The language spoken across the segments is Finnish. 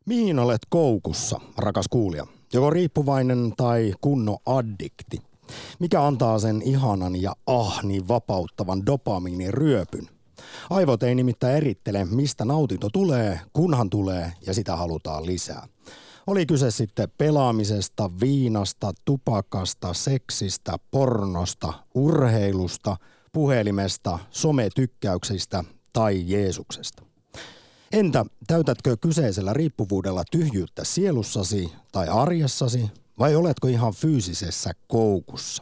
Mihin olet koukussa, rakas kuulija? Joko riippuvainen tai kunno addikti? Mikä antaa sen ihanan ja niin vapauttavan dopamiinin ryöpyn? Aivot ei nimittäin erittele, mistä nautinto tulee, kunhan tulee ja sitä halutaan lisää. Oli kyse sitten pelaamisesta, viinasta, tupakasta, seksistä, pornosta, urheilusta, puhelimesta, sometykkäyksistä tai Jeesuksesta. Entä täytätkö kyseisellä riippuvuudella tyhjyyttä sielussasi tai arjessasi vai oletko ihan fyysisessä koukussa?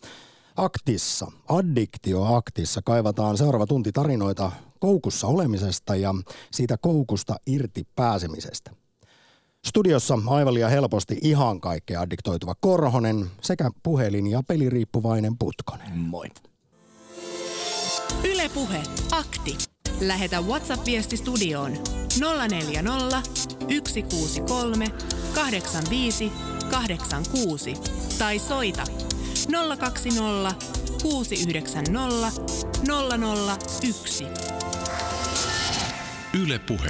Addiktioaktissa kaivataan seuraava tunti tarinoita koukussa olemisesta ja siitä koukusta irti pääsemisestä. Studiossa aivan liian helposti ihan kaikkea addiktoituva Korhonen sekä puhelin- ja peliriippuvainen Putkonen. Moi. Yle Puhe, akti. Lähetä WhatsApp-viesti studioon 040 163 85 86 tai soita 020 690 001. Yle Puhe.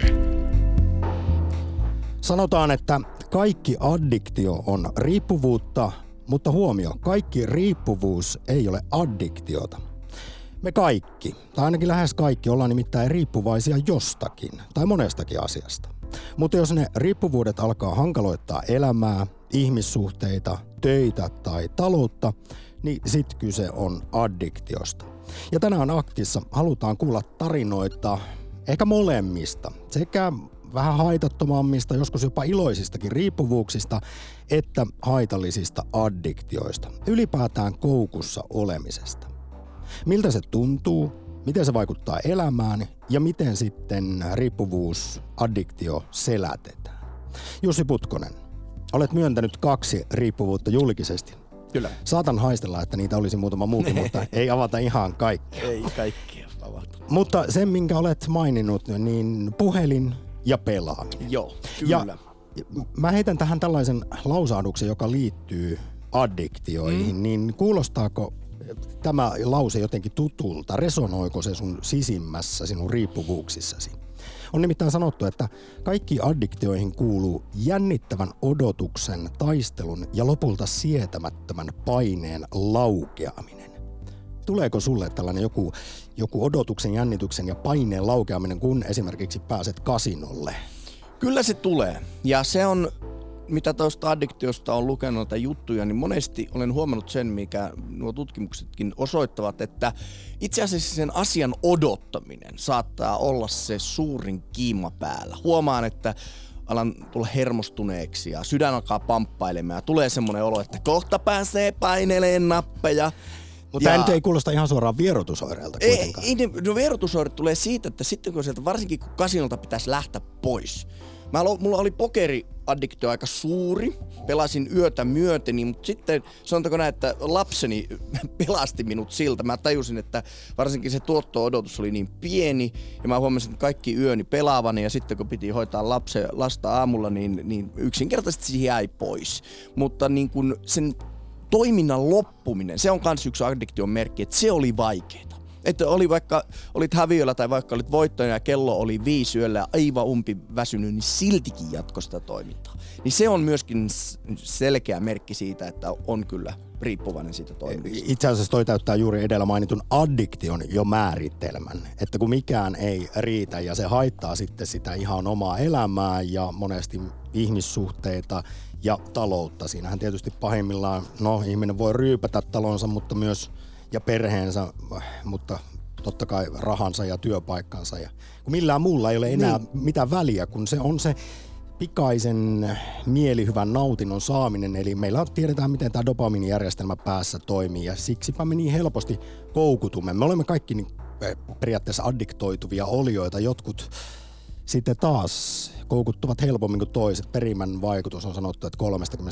Sanotaan, että kaikki addiktio on riippuvuutta, mutta huomio, kaikki riippuvuus ei ole addiktiota. Me kaikki, tai ainakin lähes kaikki, ollaan nimittäin riippuvaisia jostakin tai monestakin asiasta. Mutta jos ne riippuvuudet alkaa hankaloittaa elämää, ihmissuhteita, töitä tai taloutta, niin sit kyse on addiktiosta. Ja tänään aktissa halutaan kuulla tarinoita ehkä molemmista, sekä vähän haitattomammista, joskus jopa iloisistakin riippuvuuksista, että haitallisista addiktioista. Ylipäätään koukussa olemisesta. Miltä se tuntuu, miten se vaikuttaa elämään ja miten sitten riippuvuus, addiktio selätetään. Jussi Putkonen, olet myöntänyt 2 riippuvuutta julkisesti. Kyllä. Saatan haistella, että niitä olisi muutama muukin, mutta ei avata ihan kaikkea. Ei kaikkia avata. Mutta sen, minkä olet maininnut, niin puhelin ja pelaaminen. Joo, kyllä. Ja mä heitän tähän tällaisen lausahduksen, joka liittyy addiktioihin, niin kuulostaako tämä lause jotenkin tutulta? Resonoiko se sun sisimmässä, sinun riippuvuuksissasi? On nimittäin sanottu, että kaikki addiktioihin kuuluu jännittävän odotuksen, taistelun ja lopulta sietämättömän paineen laukeaminen. Tuleeko sulle tällainen joku odotuksen, jännityksen ja paineen laukeaminen, kun esimerkiksi pääset kasinolle? Kyllä se tulee. Ja se on, mitä tuosta addiktiosta on lukenut näitä juttuja, niin monesti olen huomannut sen, mikä nuo tutkimuksetkin osoittavat, että itse asiassa sen asian odottaminen saattaa olla se suurin kiima päällä. Huomaan, että alan tulla hermostuneeksi ja sydän alkaa pamppailemaan ja tulee semmoinen olo, että kohta pääsee paineleen nappeja. Mutta tämä nyt ei kuulosta ihan suoraan vierotusoireelta kuitenkaan. No vierotusoiret tulee siitä, että sitten kun sieltä, varsinkin kun kasinolta pitäisi lähteä pois. Mulla oli pokeriaddiktio aika suuri, pelasin yötä myöteni, mutta sitten sanotaanko näin, että lapseni pelasti minut siltä. Mä tajusin, että varsinkin se tuotto-odotus oli niin pieni ja mä huomasin, että kaikki yöni pelaavani ja sitten kun piti hoitaa lasta aamulla, niin yksinkertaisesti siihen jäi pois. Mutta niin kun sen toiminnan loppuminen, se on kans yksi addiktion merkki, että se oli vaikeeta. Että oli vaikka olit häviöllä tai vaikka olit voittajana ja kello oli 5 yöllä ja aivan umpiväsynyt, niin siltikin jatko sitä toimintaa. Niin se on myöskin selkeä merkki siitä, että on kyllä riippuvainen siitä toiminnasta. Itse asiassa toi täyttää juuri edellä mainitun addiktion jo määritelmän. Että kun mikään ei riitä ja se haittaa sitten sitä ihan omaa elämää ja monesti ihmissuhteita ja taloutta. Siinähän tietysti pahimmillaan, ihminen voi ryypätä talonsa, mutta myös ja perheensä, mutta totta kai rahansa ja työpaikkansa. Ja kun millään muulla ei ole enää mitään väliä, kun se on se pikaisen mielihyvän nautinnon saaminen. Eli meillä tiedetään, miten tämä dopamiinijärjestelmä päässä toimii ja siksipä me niin helposti koukutumme. Me olemme kaikki niin periaatteessa addiktoituvia olioita. Jotkut sitten taas koukuttuvat helpommin kuin toiset. Perimän vaikutus on sanottu, että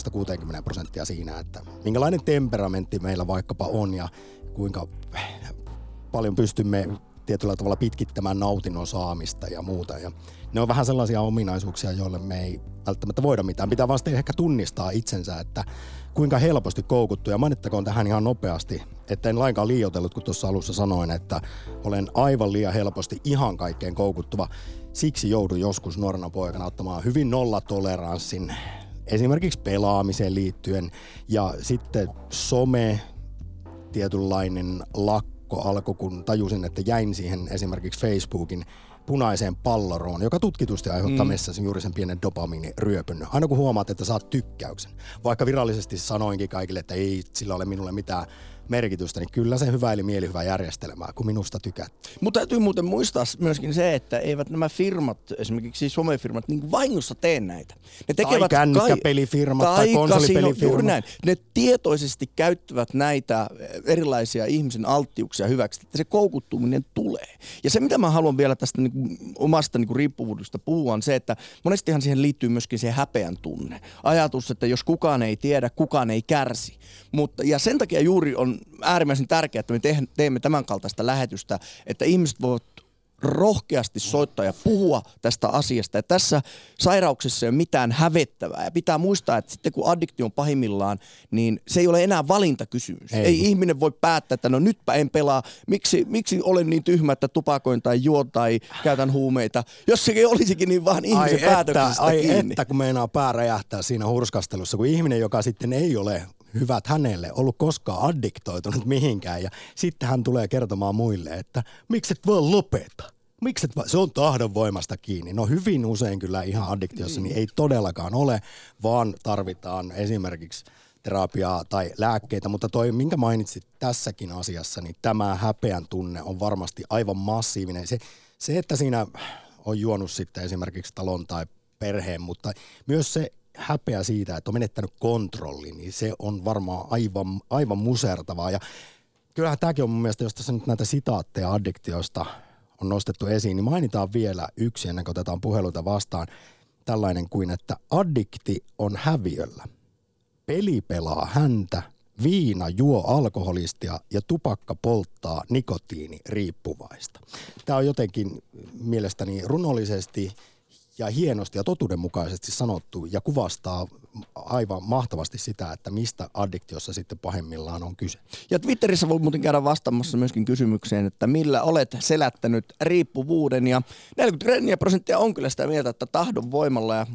30-60% siinä, että minkälainen temperamentti meillä vaikkapa on ja kuinka paljon pystymme tietyllä tavalla pitkittämään nautinnon saamista ja muuta. Ja ne on vähän sellaisia ominaisuuksia, joille me ei välttämättä voida mitään. Pitää vaan sitten ehkä tunnistaa itsensä, että kuinka helposti koukuttu. Ja mainittakoon tähän ihan nopeasti, että en lainkaan liioitellut, kun tuossa alussa sanoin, että olen aivan liian helposti ihan kaikkeen koukuttuva. Siksi joudun joskus nuorena poikana ottamaan hyvin nollatoleranssin esimerkiksi pelaamiseen liittyen. Ja sitten some, tietynlainen lakko alkoi, kun tajusin, että jäin siihen esimerkiksi Facebookin punaiseen palloroon, joka tutkitusti aiheuttaa messäsi juuri sen pienen dopamiiniryöpyn. Aina kun huomaat, että saat tykkäyksen. Vaikka virallisesti sanoinkin kaikille, että ei sillä ole minulle mitään merkitystä, niin kyllä se hyvä eli mielihyvä järjestelmää, kun minusta tykäät. Mutta täytyy muuten muistaa myöskin se, että eivät nämä firmat, esimerkiksi somefirmat, niin vahingossa tee näitä. Ne tekevät tai kännykkäpelifirmat tai konsolipelifirmat. Juuri näin. Ne tietoisesti käyttävät näitä erilaisia ihmisen alttiuksia hyväksi, että se koukuttuminen tulee. Ja se, mitä mä haluan vielä tästä omasta riippuvuudesta puhua, on se, että monestihan siihen liittyy myöskin se häpeän tunne. Ajatus, että jos kukaan ei tiedä, kukaan ei kärsi. Ja sen takia juuri on äärimmäisen tärkeää, että me teemme tämän kaltaista lähetystä, että ihmiset voivat rohkeasti soittaa ja puhua tästä asiasta. Ja tässä sairauksessa ei ole mitään hävettävää. Ja pitää muistaa, että sitten kun addiktio on pahimmillaan, niin se ei ole enää valintakysymys. Ei ihminen voi päättää, että no nytpä en pelaa. Miksi olen niin tyhmä, että tupakoin tai juon tai käytän huumeita? Jos sekin olisikin niin vaan ihmisen päätöksestä kiinni. Että kun meinaa pää räjähtää siinä hurskastelussa, kun ihminen, joka sitten ei ole hyvät hänelle, ollut koskaan addiktoitunut mihinkään. Ja sitten hän tulee kertomaan muille, että mikset vaan lopeta. Se on tahdonvoimasta kiinni. No hyvin usein kyllä ihan addiktiossa niin ei todellakaan ole, vaan tarvitaan esimerkiksi terapiaa tai lääkkeitä. Mutta toi, minkä mainitsit tässäkin asiassa, niin tämä häpeän tunne on varmasti aivan massiivinen. Se että siinä on juonut sitten esimerkiksi talon tai perheen, mutta myös se häpeä siitä, että on menettänyt kontrollin, niin se on varmaan aivan musertavaa. Ja kyllähän tämäkin on mun mielestä, jos tässä nyt näitä sitaatteja addiktiosta on nostettu esiin, niin mainitaan vielä yksi ennen kuin otetaan puheluita vastaan. Tällainen kuin, että addikti on häviöllä. Peli pelaa häntä, viina juo alkoholistia ja tupakka polttaa nikotiiniriippuvaista. Tämä on jotenkin mielestäni runollisesti ja hienosti ja totuudenmukaisesti sanottu ja kuvastaa aivan mahtavasti sitä, että mistä addiktiossa sitten pahimmillaan on kyse. Ja Twitterissä voi muuten käydä vastaamassa myöskin kysymykseen, että millä olet selättänyt riippuvuuden. Ja 40% on kyllä sitä mieltä, että tahdon voimalla ja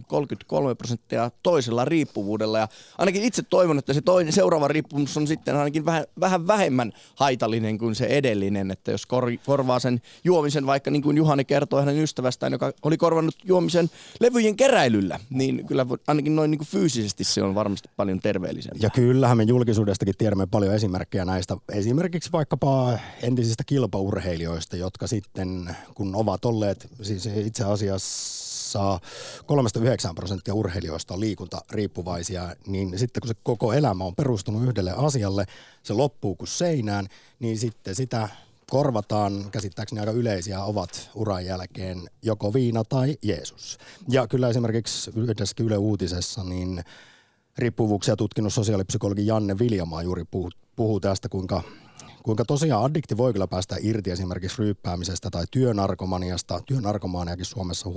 33% toisella riippuvuudella. Ja ainakin itse toivon, että se seuraava riippuvuus on sitten ainakin vähän vähemmän haitallinen kuin se edellinen. Että jos korvaa sen juomisen, vaikka niin kuin Juhani kertoi hänen ystävästään, joka oli korvannut juomisen levyjen keräilyllä, niin kyllä ainakin noin niin kuin fyysisesti se on varmasti paljon terveellisempää. Ja kyllähän me julkisuudestakin tiedämme paljon esimerkkejä näistä, esimerkiksi vaikkapa entisistä kilpaurheilijoista, jotka sitten, kun ovat olleet, siis itse asiassa 3-9% urheilijoista on liikuntariippuvaisia, niin sitten kun se koko elämä on perustunut yhdelle asialle, se loppuu kuin seinään, niin sitten sitä korvataan, käsittääkseni aika yleisiä ovat uran jälkeen joko viina tai Jeesus. Ja kyllä esimerkiksi yhdessä Yle Uutisessa niin riippuvuuksia tutkinut sosiaalipsykologi Janne Viljamaa juuri puhuu tästä, kuinka tosiaan addikti voi kyllä päästä irti esimerkiksi ryyppäämisestä tai työnarkomaniasta. Työnarkomaaniakin Suomessa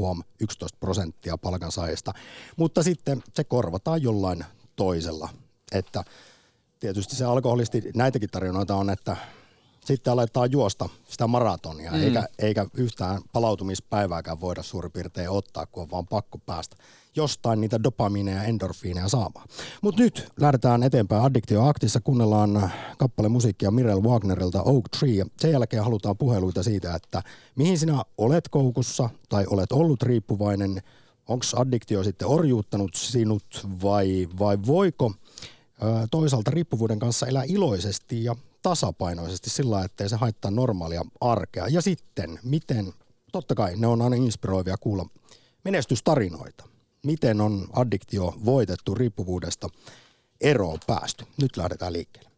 11% palkansaajista, mutta sitten se korvataan jollain toisella. Että tietysti se alkoholisti, näitäkin tarinoita on, että sitten aletaan juosta sitä maratonia, eikä yhtään palautumispäivääkään voida suurin piirtein ottaa, kun on vaan pakko päästä jostain niitä dopamiineja ja endorfiineja saamaan. Mutta nyt lähdetään eteenpäin Addiktio-aktissa, kuunnellaan kappale musiikkia Mirel Wagnerilta Oak Tree, ja sen jälkeen halutaan puheluita siitä, että mihin sinä olet koukussa tai olet ollut riippuvainen, onko addiktio sitten orjuuttanut sinut vai voiko toisaalta riippuvuuden kanssa elää iloisesti ja tasapainoisesti sillä, ettei se haittaa normaalia arkea. Ja sitten, miten, totta kai ne on aina inspiroivia kuulla menestystarinoita. Miten on addiktio voitettu, riippuvuudesta eroon päästy. Nyt lähdetään liikkeelle.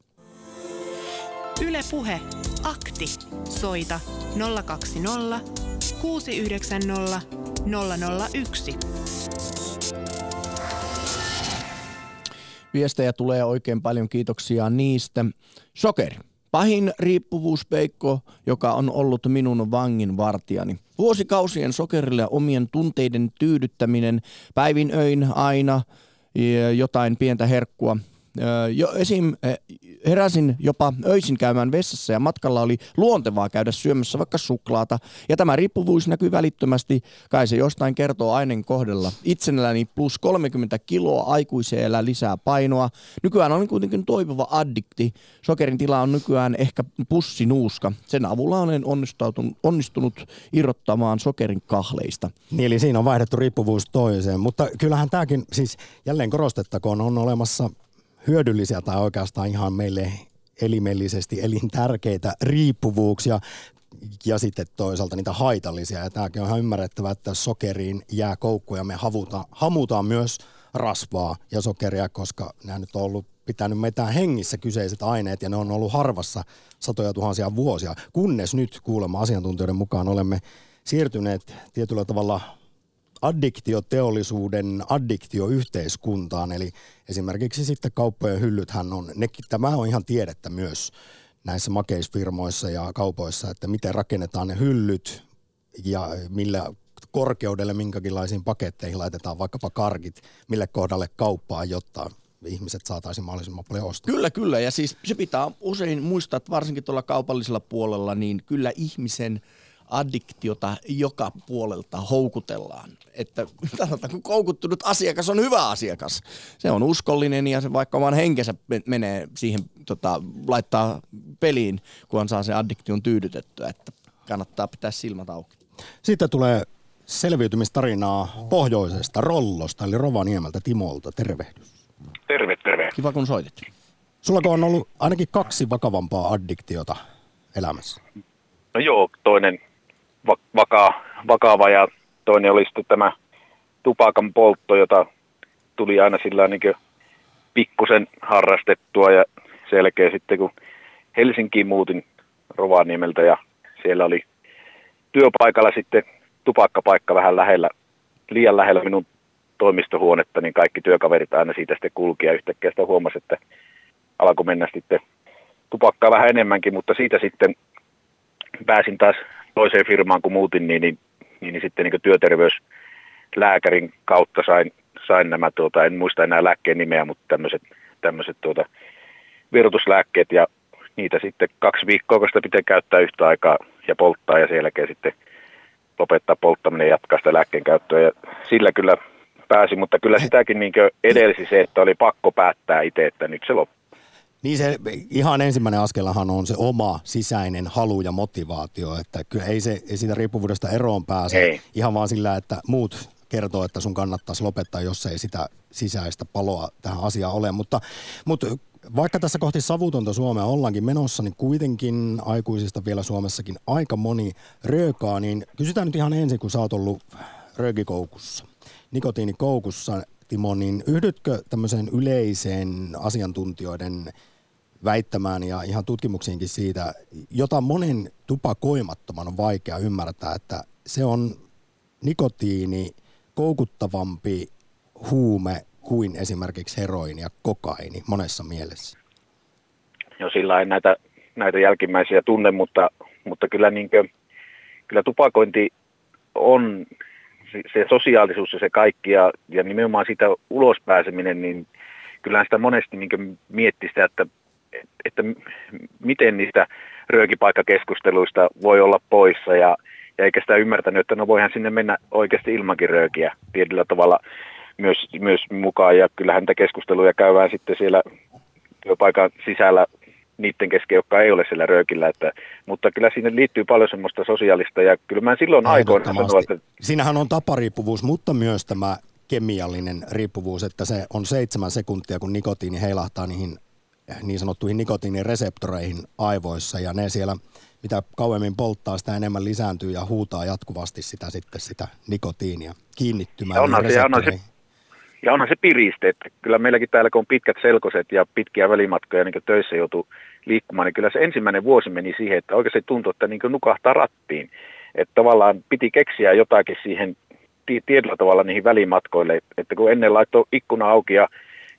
Yle Puhe. Akti. Soita 020 690 001. Viestejä tulee oikein paljon, kiitoksia niistä. Shokeri, Pahin riippuvuuspeikko, joka on ollut minun vanginvartijani. Vuosikausien sokerille omien tunteiden tyydyttäminen, päivin öin aina jotain pientä herkkua. Heräsin jopa öisin käymään vessassa ja matkalla oli luontevaa käydä syömässä vaikka suklaata. Ja tämä riippuvuus näkyy välittömästi, kai se jostain kertoo aineen kohdalla. Itselläni plus 30 kiloa aikuisella lisää painoa. Nykyään olen kuitenkin toipuva addikti. Sokerin tila on nykyään ehkä pussinuuska. Sen avulla olen onnistunut irrottamaan sokerin kahleista. Niin, eli siinä on vaihdettu riippuvuus toiseen, mutta kyllähän tämäkin, siis jälleen korostettakoon, on olemassa hyödyllisiä tai oikeastaan ihan meille elimellisesti elintärkeitä riippuvuuksia ja sitten toisaalta niitä haitallisia. Ja tämäkin on ihan ymmärrettävää, että sokeriin jää koukkuun ja me hamutaan myös rasvaa ja sokeria, koska nämä nyt on ollut pitänyt meitä hengissä kyseiset aineet ja ne on ollut harvassa satoja tuhansia vuosia, kunnes nyt kuulemma asiantuntijoiden mukaan olemme siirtyneet tietyllä tavalla addiktioteollisuuden addiktioyhteiskuntaan, eli esimerkiksi sitten kauppojen hyllythän on, tämä on ihan tiedettä myös näissä makeisfirmoissa ja kaupoissa, että miten rakennetaan ne hyllyt ja millä korkeudelle minkäkinlaisiin paketteihin laitetaan vaikkapa karkit, mille kohdalle kauppaa, jotta ihmiset saataisiin mahdollisimman paljon ostaa. Kyllä, ja siis se pitää usein muistaa, että varsinkin tuolla kaupallisella puolella, niin kyllä ihmisen addiktiota joka puolelta houkutellaan. Että kun koukuttunut asiakas on hyvä asiakas. Se on uskollinen ja se vaikka oman henkensä menee siihen, laittaa peliin, kun saa sen addiktion tyydytettyä. Että kannattaa pitää silmät auki. Sitten tulee selviytymistarinaa pohjoisesta Rollosta, eli Rovaniemeltä Timolta. Tervehdys. Terve. Kiva kun soitit. Sullako on ollut ainakin 2 vakavampaa addiktiota elämässä? No joo, toinen vakava ja toinen oli sitten tämä tupakan poltto, jota tuli aina sillä niin kuin pikkusen harrastettua ja selkeä sitten kun Helsinkiin muutin Rovaniemeltä ja siellä oli työpaikalla sitten tupakkapaikka vähän liian lähellä minun toimistohuonetta, niin kaikki työkaverit aina siitä sitten kulki ja yhtäkkiä sitä huomasi, että alkoi mennä sitten tupakkaa vähän enemmänkin, mutta siitä sitten pääsin taas toiseen firmaan, kun muutin, niin sitten niin työterveyslääkärin kautta sain nämä, en muista enää lääkkeen nimeä, mutta tämmöiset vierotuslääkkeet ja niitä sitten 2 viikkoa, kun sitä pitää käyttää yhtä aikaa ja polttaa ja sen jälkeen sitten lopettaa polttaminen ja jatkaa sitä lääkkeen käyttöä ja sillä kyllä pääsi, mutta kyllä sitäkin niin edelsi se, että oli pakko päättää itse, että nyt se loppuu. Niin se ihan ensimmäinen askelahan on se oma sisäinen halu ja motivaatio, että kyllä ei siitä riippuvuudesta eroon pääse ihan vaan sillä, että muut kertoo, että sun kannattaisi lopettaa, jos ei sitä sisäistä paloa tähän asiaan ole, mutta vaikka tässä kohti savutonta Suomea ollaankin menossa, niin kuitenkin aikuisista vielä Suomessakin aika moni röökaa, niin kysytään nyt ihan ensin, kun sä oot ollut röökikoukussa, nikotiinikoukussa, Timo, niin yhdytkö tämmöiseen yleiseen asiantuntijoiden väittämään ja ihan tutkimuksiinkin siitä, jota monen tupakoimattoman on vaikea ymmärtää, että se on nikotiini koukuttavampi huume kuin esimerkiksi heroini ja kokaini monessa mielessä? Jo sillä ei näitä jälkimmäisiä tunne, mutta kyllä, kyllä tupakointi on se sosiaalisuus ja se kaikki ja nimenomaan siitä ulospääseminen, niin kyllähän sitä monesti miettii sitä, että miten niistä röökipaikkakeskusteluista voi olla poissa ja eikä sitä ymmärtänyt, että no voihan sinne mennä oikeasti ilmankin röökiä tietyllä tavalla myös mukaan ja kyllähän niitä keskusteluja käydään sitten siellä työpaikan sisällä niiden kesken, jotka ei ole siellä röökillä, mutta kyllä siinä liittyy paljon semmoista sosiaalista ja kyllä mä silloin aikoina sanoin, että siinähän on tapariippuvuus, mutta myös tämä kemiallinen riippuvuus, että se on 7 sekuntia, kun nikotiini heilahtaa niihin niin sanottuihin nikotiinireseptoreihin aivoissa ja ne siellä, mitä kauemmin polttaa, sitä enemmän lisääntyy ja huutaa jatkuvasti sitä nikotiinia kiinnittymään niihin reseptoreihin. Ja onhan se piriste, että kyllä meilläkin täällä, kun on pitkät selkoset ja pitkiä välimatkoja niin töissä joutuu liikkumaan, niin kyllä se ensimmäinen vuosi meni siihen, että oikeasti tuntui, että niin nukahtaa rattiin. Että tavallaan piti keksiä jotakin siihen tietyllä tavalla niihin välimatkoille, että kun ennen laittoi ikkuna auki ja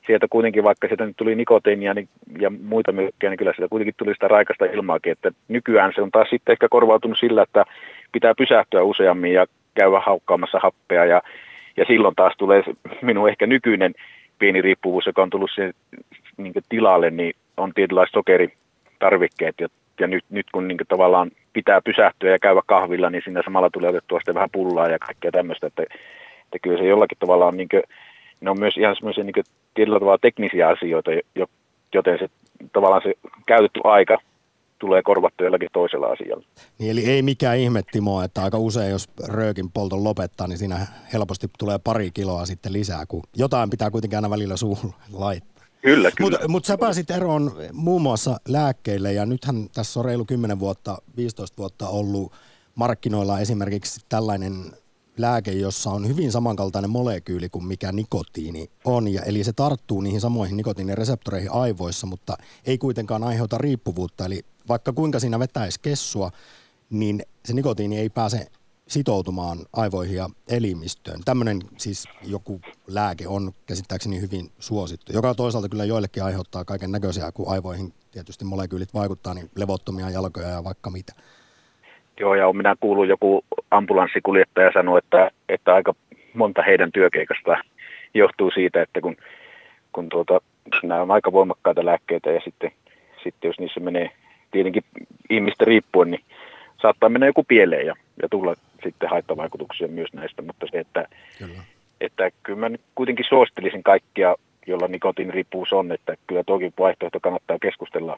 sieltä kuitenkin, vaikka sieltä nyt tuli nikotiinia ja muita myrkkyjä, niin kyllä sieltä kuitenkin tuli sitä raikasta ilmaakin, että nykyään se on taas sitten ehkä korvautunut sillä, että pitää pysähtyä useammin ja käydä haukkaamassa happea ja silloin taas tulee minun ehkä nykyinen pieni riippuvuus, joka on tullut siihen niin tilalle, niin on tietynlaiset sokeritarvikkeet ja nyt kun niin tavallaan pitää pysähtyä ja käydä kahvilla, niin siinä samalla tulee otettua sitten vähän pullaa ja kaikkea tämmöistä, että kyllä se jollakin tavalla on, niin kuin, ne on myös ihan semmoisia niin tietyllä tavalla teknisiä asioita, joten se tavallaan se käytetty aika tulee korvattua jollakin toisella asialla. Niin, eli ei mikään ihme, Timo, että aika usein, jos röökin polton lopettaa, niin siinä helposti tulee 2 kiloa sitten lisää, kun jotain pitää kuitenkin aina välillä suuhun laittaa. Kyllä. Mutta sä pääsit eroon muun muassa lääkkeille, ja nythän tässä on reilu 10 vuotta, 15 vuotta ollut markkinoilla esimerkiksi tällainen lääke, jossa on hyvin samankaltainen molekyyli kuin mikä nikotiini on, eli se tarttuu niihin samoihin nikotiinireseptoreihin aivoissa, mutta ei kuitenkaan aiheuta riippuvuutta, eli vaikka kuinka siinä vetäisi kessua, niin se nikotiini ei pääse sitoutumaan aivoihin ja elimistöön. Tämmöinen siis joku lääke on käsittääkseni hyvin suosittu, joka toisaalta kyllä joillekin aiheuttaa kaiken näköisiä, kun aivoihin tietysti molekyylit vaikuttaa, niin levottomia jalkoja ja vaikka mitä. Joo, ja minä kuullut joku ambulanssikuljettaja sanoi, että aika monta heidän työkeikasta johtuu siitä, että kun nämä on aika voimakkaita lääkkeitä ja sitten jos niissä menee tietenkin ihmistä riippuen, niin saattaa mennä joku pieleen ja tulla sitten haittavaikutuksia myös näistä, mutta se, että kyllä mä nyt kuitenkin suosittelisin kaikkia, jolla nikotiiniriippuvuus on, että kyllä toki vaihtoehto kannattaa keskustella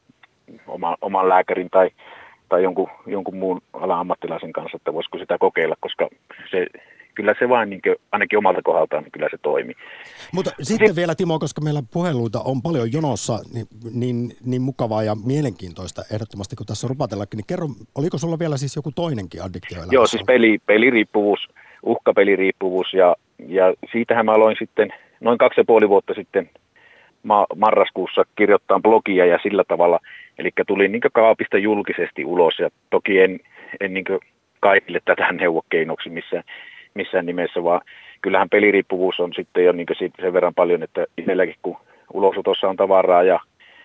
oman lääkärin tai jonkun muun alan ammattilaisen kanssa, että voisiko sitä kokeilla, koska kyllä se vain niin kuin, ainakin omalta kohdaltaan, niin kyllä se toimii. Mutta sitten vielä, Timo, koska meillä puheluita on paljon jonossa, niin mukavaa ja mielenkiintoista ehdottomasti, kun tässä on rupatellakin, niin kerro, oliko sulla vielä siis joku toinenkin addiktio elämässä? Joo, siis peliriippuvuus, uhkapeliriippuvuus ja siitähän mä aloin sitten noin 2,5 vuotta sitten marraskuussa kirjoittaa blogia ja sillä tavalla, eli tulin niin kaapista julkisesti ulos ja toki en niin kaikille tätä neuvokeinoksi missään nimessä, vaan kyllähän peliriippuvuus on sitten jo niin sen verran paljon, että itselläkin kun ulosotossa on tavaraa ja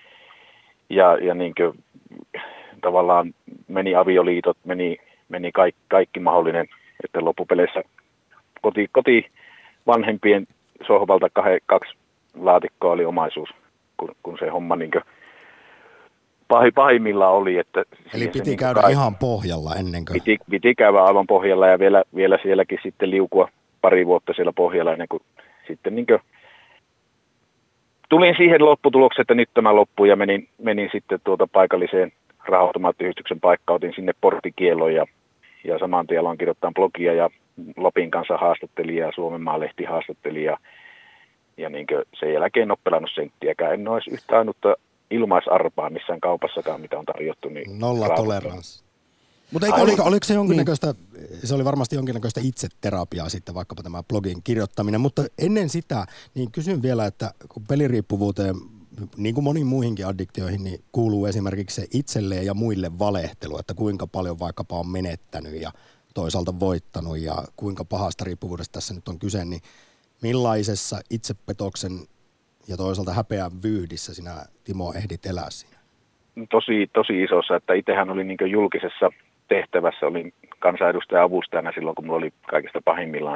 niin tavallaan meni avioliitot, meni kaikki mahdollinen, että loppupeleissä koti vanhempien sohvalta 2 laatikkoa oli omaisuus, kun se homma niin pahimmillaan oli. Että eli piti käydä ihan pohjalla ennen kuin? Piti käydä aivan pohjalla ja vielä sielläkin sitten liukua 2 vuotta siellä pohjalla ennen kuin sitten niin kuin tulin siihen lopputulokseen, että nyt tämä loppui ja menin sitten paikalliseen raha-automaattiyhdistyksen paikkaan, otin sinne porttikielon ja saman tien aloin kirjoittaa blogia ja Lapin kanssa haastattelin ja Suomenmaa-lehti haastatteli ja niin sen jälkeen en ole pelannut senttiäkään. En ole edes yhtä ainutta ilmaisarpaa missään kaupassakaan, mitä on tarjottu. Niin nolla toleranssi. Mutta oliko se jonkinnäköistä, se oli varmasti jonkinnäköistä itseterapiaa sitten vaikkapa tämä blogin kirjoittaminen, mutta ennen sitä, niin kysyn vielä, että kun peliriippuvuuteen, niin kuin moniin muihinkin addiktioihin, niin kuuluu esimerkiksi se itselleen ja muille valehtelu, että kuinka paljon vaikkapa on menettänyt ja toisaalta voittanut ja kuinka pahasta riippuvuudesta tässä nyt on kyse, niin millaisessa itsepetoksen ja toisaalta häpeän vyyhdissä sinä, Timo, ehdit elää siinä? Tosi isossa, että itsehän olin niin julkisessa tehtävässä, olin kansanedustajan avustajana silloin, kun mulla oli kaikista pahimmillaan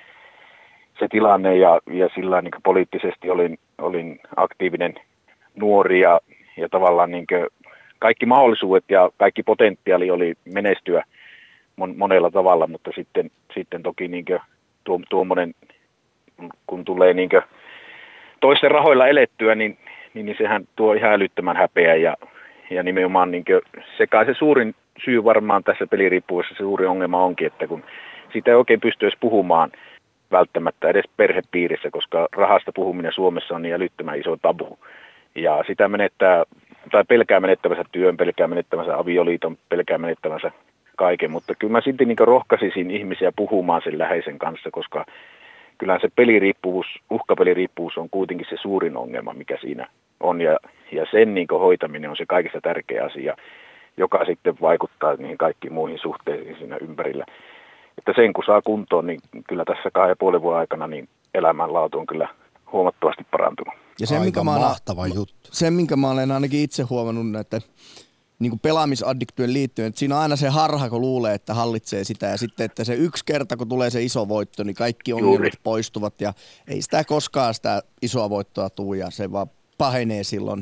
se tilanne ja sillä niin poliittisesti olin aktiivinen nuori ja tavallaan niin kaikki mahdollisuudet ja kaikki potentiaali oli menestyä monella tavalla, mutta sitten toki niin tuommoinen, kun tulee niin toisten rahoilla elettyä, niin sehän tuo ihan älyttömän häpeä ja nimenomaan niin se suurin syy varmaan tässä peliriippuvuudessa, se suuri ongelma onkin, että kun siitä ei oikein pysty edes puhumaan välttämättä edes perhepiirissä, koska rahasta puhuminen Suomessa on niin älyttömän iso tabu. Ja sitä pelkää menettävänsä työn, pelkää menettävänsä avioliiton, pelkää menettävänsä kaiken, mutta kyllä mä silti niin rohkaisisin ihmisiä puhumaan sen läheisen kanssa, koska kyllähän se peliriippuvuus, uhkapeliriippuvuus on kuitenkin se suurin ongelma, mikä siinä on, ja sen niin hoitaminen on se kaikista tärkeä asia, joka sitten vaikuttaa niihin kaikkiin muihin suhteisiin siinä ympärillä. Että sen kun saa kuntoon, niin kyllä tässä 2,5 vuoden aikana niin elämänlaatu on kyllä huomattavasti parantunut. Ja Aika mahtava juttu. Se, minkä mä olen ainakin itse huomannut näitä niin kuin pelaamisaddiktioon liittyen, että siinä on aina se harha, kun luulee, että hallitsee sitä. Ja sitten, että se yksi kerta, kun tulee se iso voitto, niin kaikki ongelmat poistuvat. Ja ei sitä koskaan sitä isoa voittoa tule, ja se vaan pahenee silloin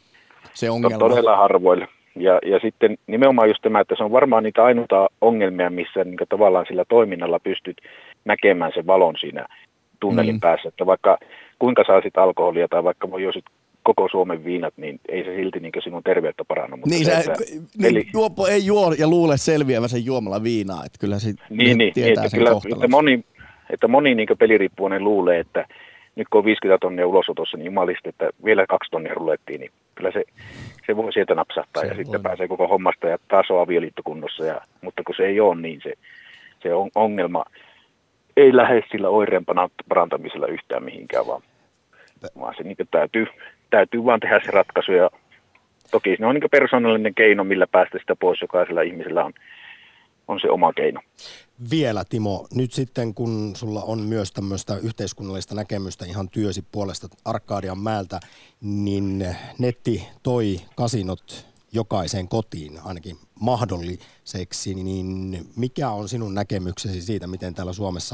se ongelma. Se on todella harvoille. Ja sitten nimenomaan just tämä, että se on varmaan niitä ainoita ongelmia, missä niin tavallaan sillä toiminnalla pystyt näkemään sen valon siinä tunnelin päässä. Että vaikka kuinka saisit alkoholia tai vaikka joisit koko Suomen viinat, niin ei se silti niin sinun terveyttä parannu. Mutta niin, juoppo ei juo ja luule selviävänsä juomalla viinaa, että kyllä se tietää että sen kyllä, kohtalon. että moni niin peliriippuvainen luulee, että nyt kun on 50 tonnia ulosotossa, niin jumalista, että vielä 2 tonnia rulettiin, niin kyllä se voi sieltä napsahtaa ja sitten pääsee koko hommasta ja taas on avioliittokunnossa. Mutta kun se ei ole niin, se ongelma ei lähde sillä oireen parantamisella yhtään mihinkään, vaan se niin täytyy vaan tehdä se ratkaisu. Ja toki se on niin persoonallinen keino, millä päästä sitä pois. Jokaisella ihmisellä on se oma keino. Vielä Timo, nyt sitten kun sulla on myös tämmöistä yhteiskunnallista näkemystä ihan työsi puolesta Arkadianmäeltä, niin netti toi kasinot jokaiseen kotiin ainakin mahdolliseksi, niin mikä on sinun näkemyksesi siitä, miten täällä Suomessa,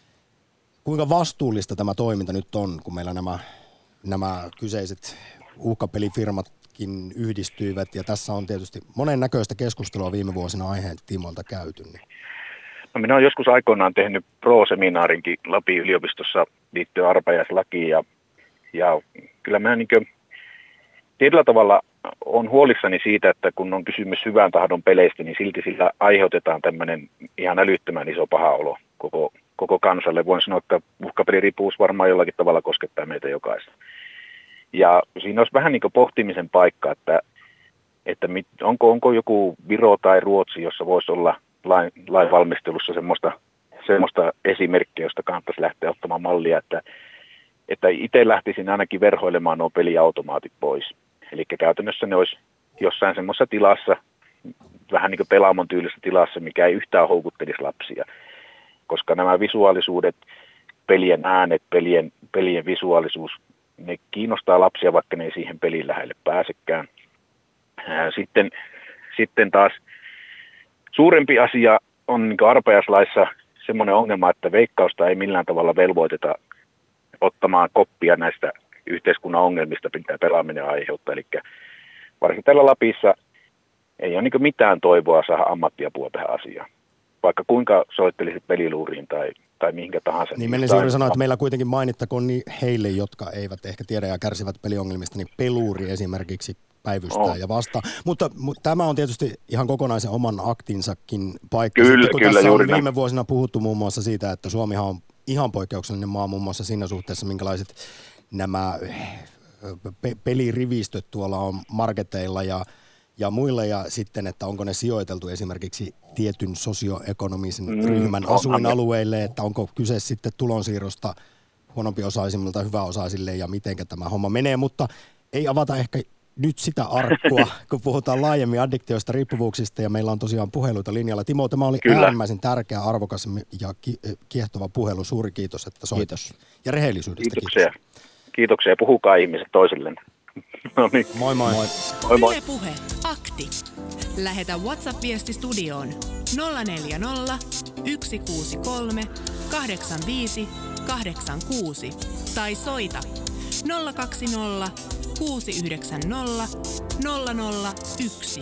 kuinka vastuullista tämä toiminta nyt on, kun meillä nämä kyseiset uhkapelifirmatkin yhdistyivät, ja tässä on tietysti monennäköistä keskustelua viime vuosina aiheen tiimoilta käyty. Niin. No, minä olen joskus aikoinaan tehnyt pro-seminaarinkin Lapin yliopistossa liittyen arpajaislakiin, ja kyllä mä tietyllä tavalla on huolissani siitä, että kun on kysymys hyvän tahdon peleistä, niin silti sillä aiheutetaan tämmöinen ihan älyttömän iso paha olo koko kansalle. Voin sanoa, että uhkapeliriippuvuus varmaan jollakin tavalla koskettaa meitä jokaista. Ja siinä olisi vähän niin kuin pohtimisen paikka, että onko joku Viro tai Ruotsi, jossa voisi olla lain valmistelussa semmoista esimerkkiä, josta kannattaisi lähteä ottamaan mallia, että itse lähtisin ainakin verhoilemaan nuo peliautomaatit pois. Eli käytännössä ne olisi jossain semmoisessa tilassa, vähän niin kuin Pelaamon tyylisessä tilassa, mikä ei yhtään houkuttelisi lapsia. Koska nämä visuaalisuudet, pelien äänet, pelien visuaalisuus, ne kiinnostaa lapsia, vaikka ne ei siihen pelin lähelle pääsekään. Sitten taas suurempi asia on niin kuin arpajaislaissa semmoinen ongelma, että Veikkausta ei millään tavalla velvoiteta ottamaan koppia näistä yhteiskunnan ongelmista, mitä pelaaminen aiheuttaa. Eli varsinkin täällä Lapissa ei ole niin kuin mitään toivoa saada ammattiapua tähän asiaan. Vaikka kuinka soittelisit peliluuriin tai mihinkä tahansa. Niin menisin juuri sanoa, että meillä kuitenkin mainittakoon niin heille, jotka eivät ehkä tiedä ja kärsivät peliongelmista, niin peluuri esimerkiksi päivystää ja vastaa. Mutta tämä on tietysti ihan kokonaisen oman aktinsakin paikka. Kyllä, kun kyllä, tässä juuri on viime vuosina puhuttu muun muassa siitä, että Suomihan on ihan poikkeuksellinen maa muun muassa siinä suhteessa, minkälaiset nämä pelirivistöt tuolla on marketeilla ja muilla, ja sitten, että onko ne sijoiteltu esimerkiksi tietyn sosioekonomisen ryhmän asuinalueille, että onko kyse sitten tulonsiirrosta huonompiosaisimilta hyväosaisille ja mitenkä tämä homma menee, mutta ei avata ehkä nyt sitä arkkua, kun puhutaan laajemmin addiktioista, riippuvuuksista, ja meillä on tosiaan puheluita linjalla. Timo, tämä oli äärimmäisen tärkeä, arvokas ja kiehtova puhelu. Suuri kiitos, että soit. Kiitos. Ja rehellisyydestä kiitos. Kiitoksia. Puhukaa ihmiset toisilleen. No niin. Moi moi. Moi moi. Yle Puhe. Akti. Lähetä WhatsApp-viesti studioon 040 163 85 86 tai soita 020 690 001.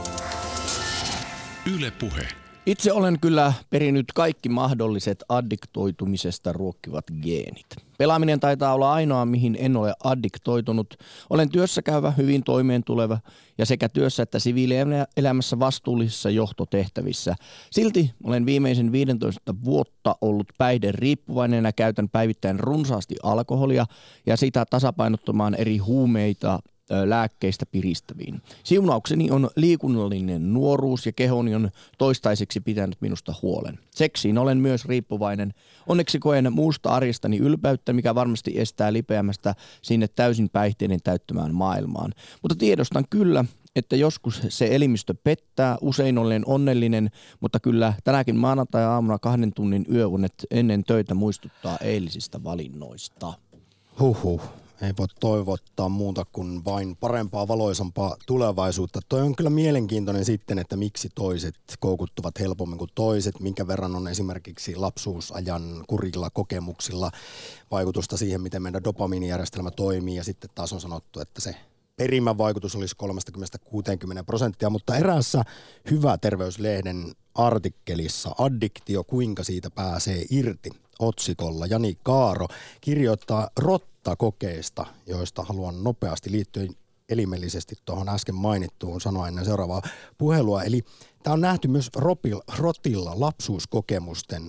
Yle Puhe. Itse olen kyllä perinyt kaikki mahdolliset addiktoitumisesta ruokkivat geenit. Pelaaminen taitaa olla ainoa, mihin en ole addiktoitunut. Olen työssä käyvä, hyvin toimeentuleva ja sekä työssä että siviilielämässä vastuullisissa johtotehtävissä. Silti olen viimeisen 15 vuotta ollut päihderiippuvainen ja käytän päivittäin runsaasti alkoholia ja sitä tasapainottamaan eri huumeita lääkkeistä piristäviin. Siunaukseni on liikunnallinen nuoruus ja kehoni on toistaiseksi pitänyt minusta huolen. Seksiin olen myös riippuvainen. Onneksi koen muusta arjestani ylpeyttä, mikä varmasti estää lipeämästä sinne täysin päihteiden täyttämään maailmaan. Mutta tiedostan kyllä, että joskus se elimistö pettää, usein olen onnellinen, mutta kyllä tänäkin maanantai-aamuna 2 tunnin yöunet ennen töitä muistuttaa eilisistä valinnoista. Ei voi toivottaa muuta kuin vain parempaa, valoisampaa tulevaisuutta. Toi on kyllä mielenkiintoinen sitten, että miksi toiset koukuttuvat helpommin kuin toiset, minkä verran on esimerkiksi lapsuusajan kurilla kokemuksilla vaikutusta siihen, miten meidän dopamiinijärjestelmä toimii, ja sitten taas on sanottu, että se perimän vaikutus olisi 30-60%, mutta eräässä Hyvä Terveyslehden artikkelissa Addiktio, kuinka siitä pääsee irti otsikolla Jani Kaaro kirjoittaa rottakokeista, joista haluan nopeasti liittyä elimellisesti tuohon äsken mainittuun sanoa ennen seuraavaa puhelua. Eli tämä on nähty myös rotilla lapsuuskokemusten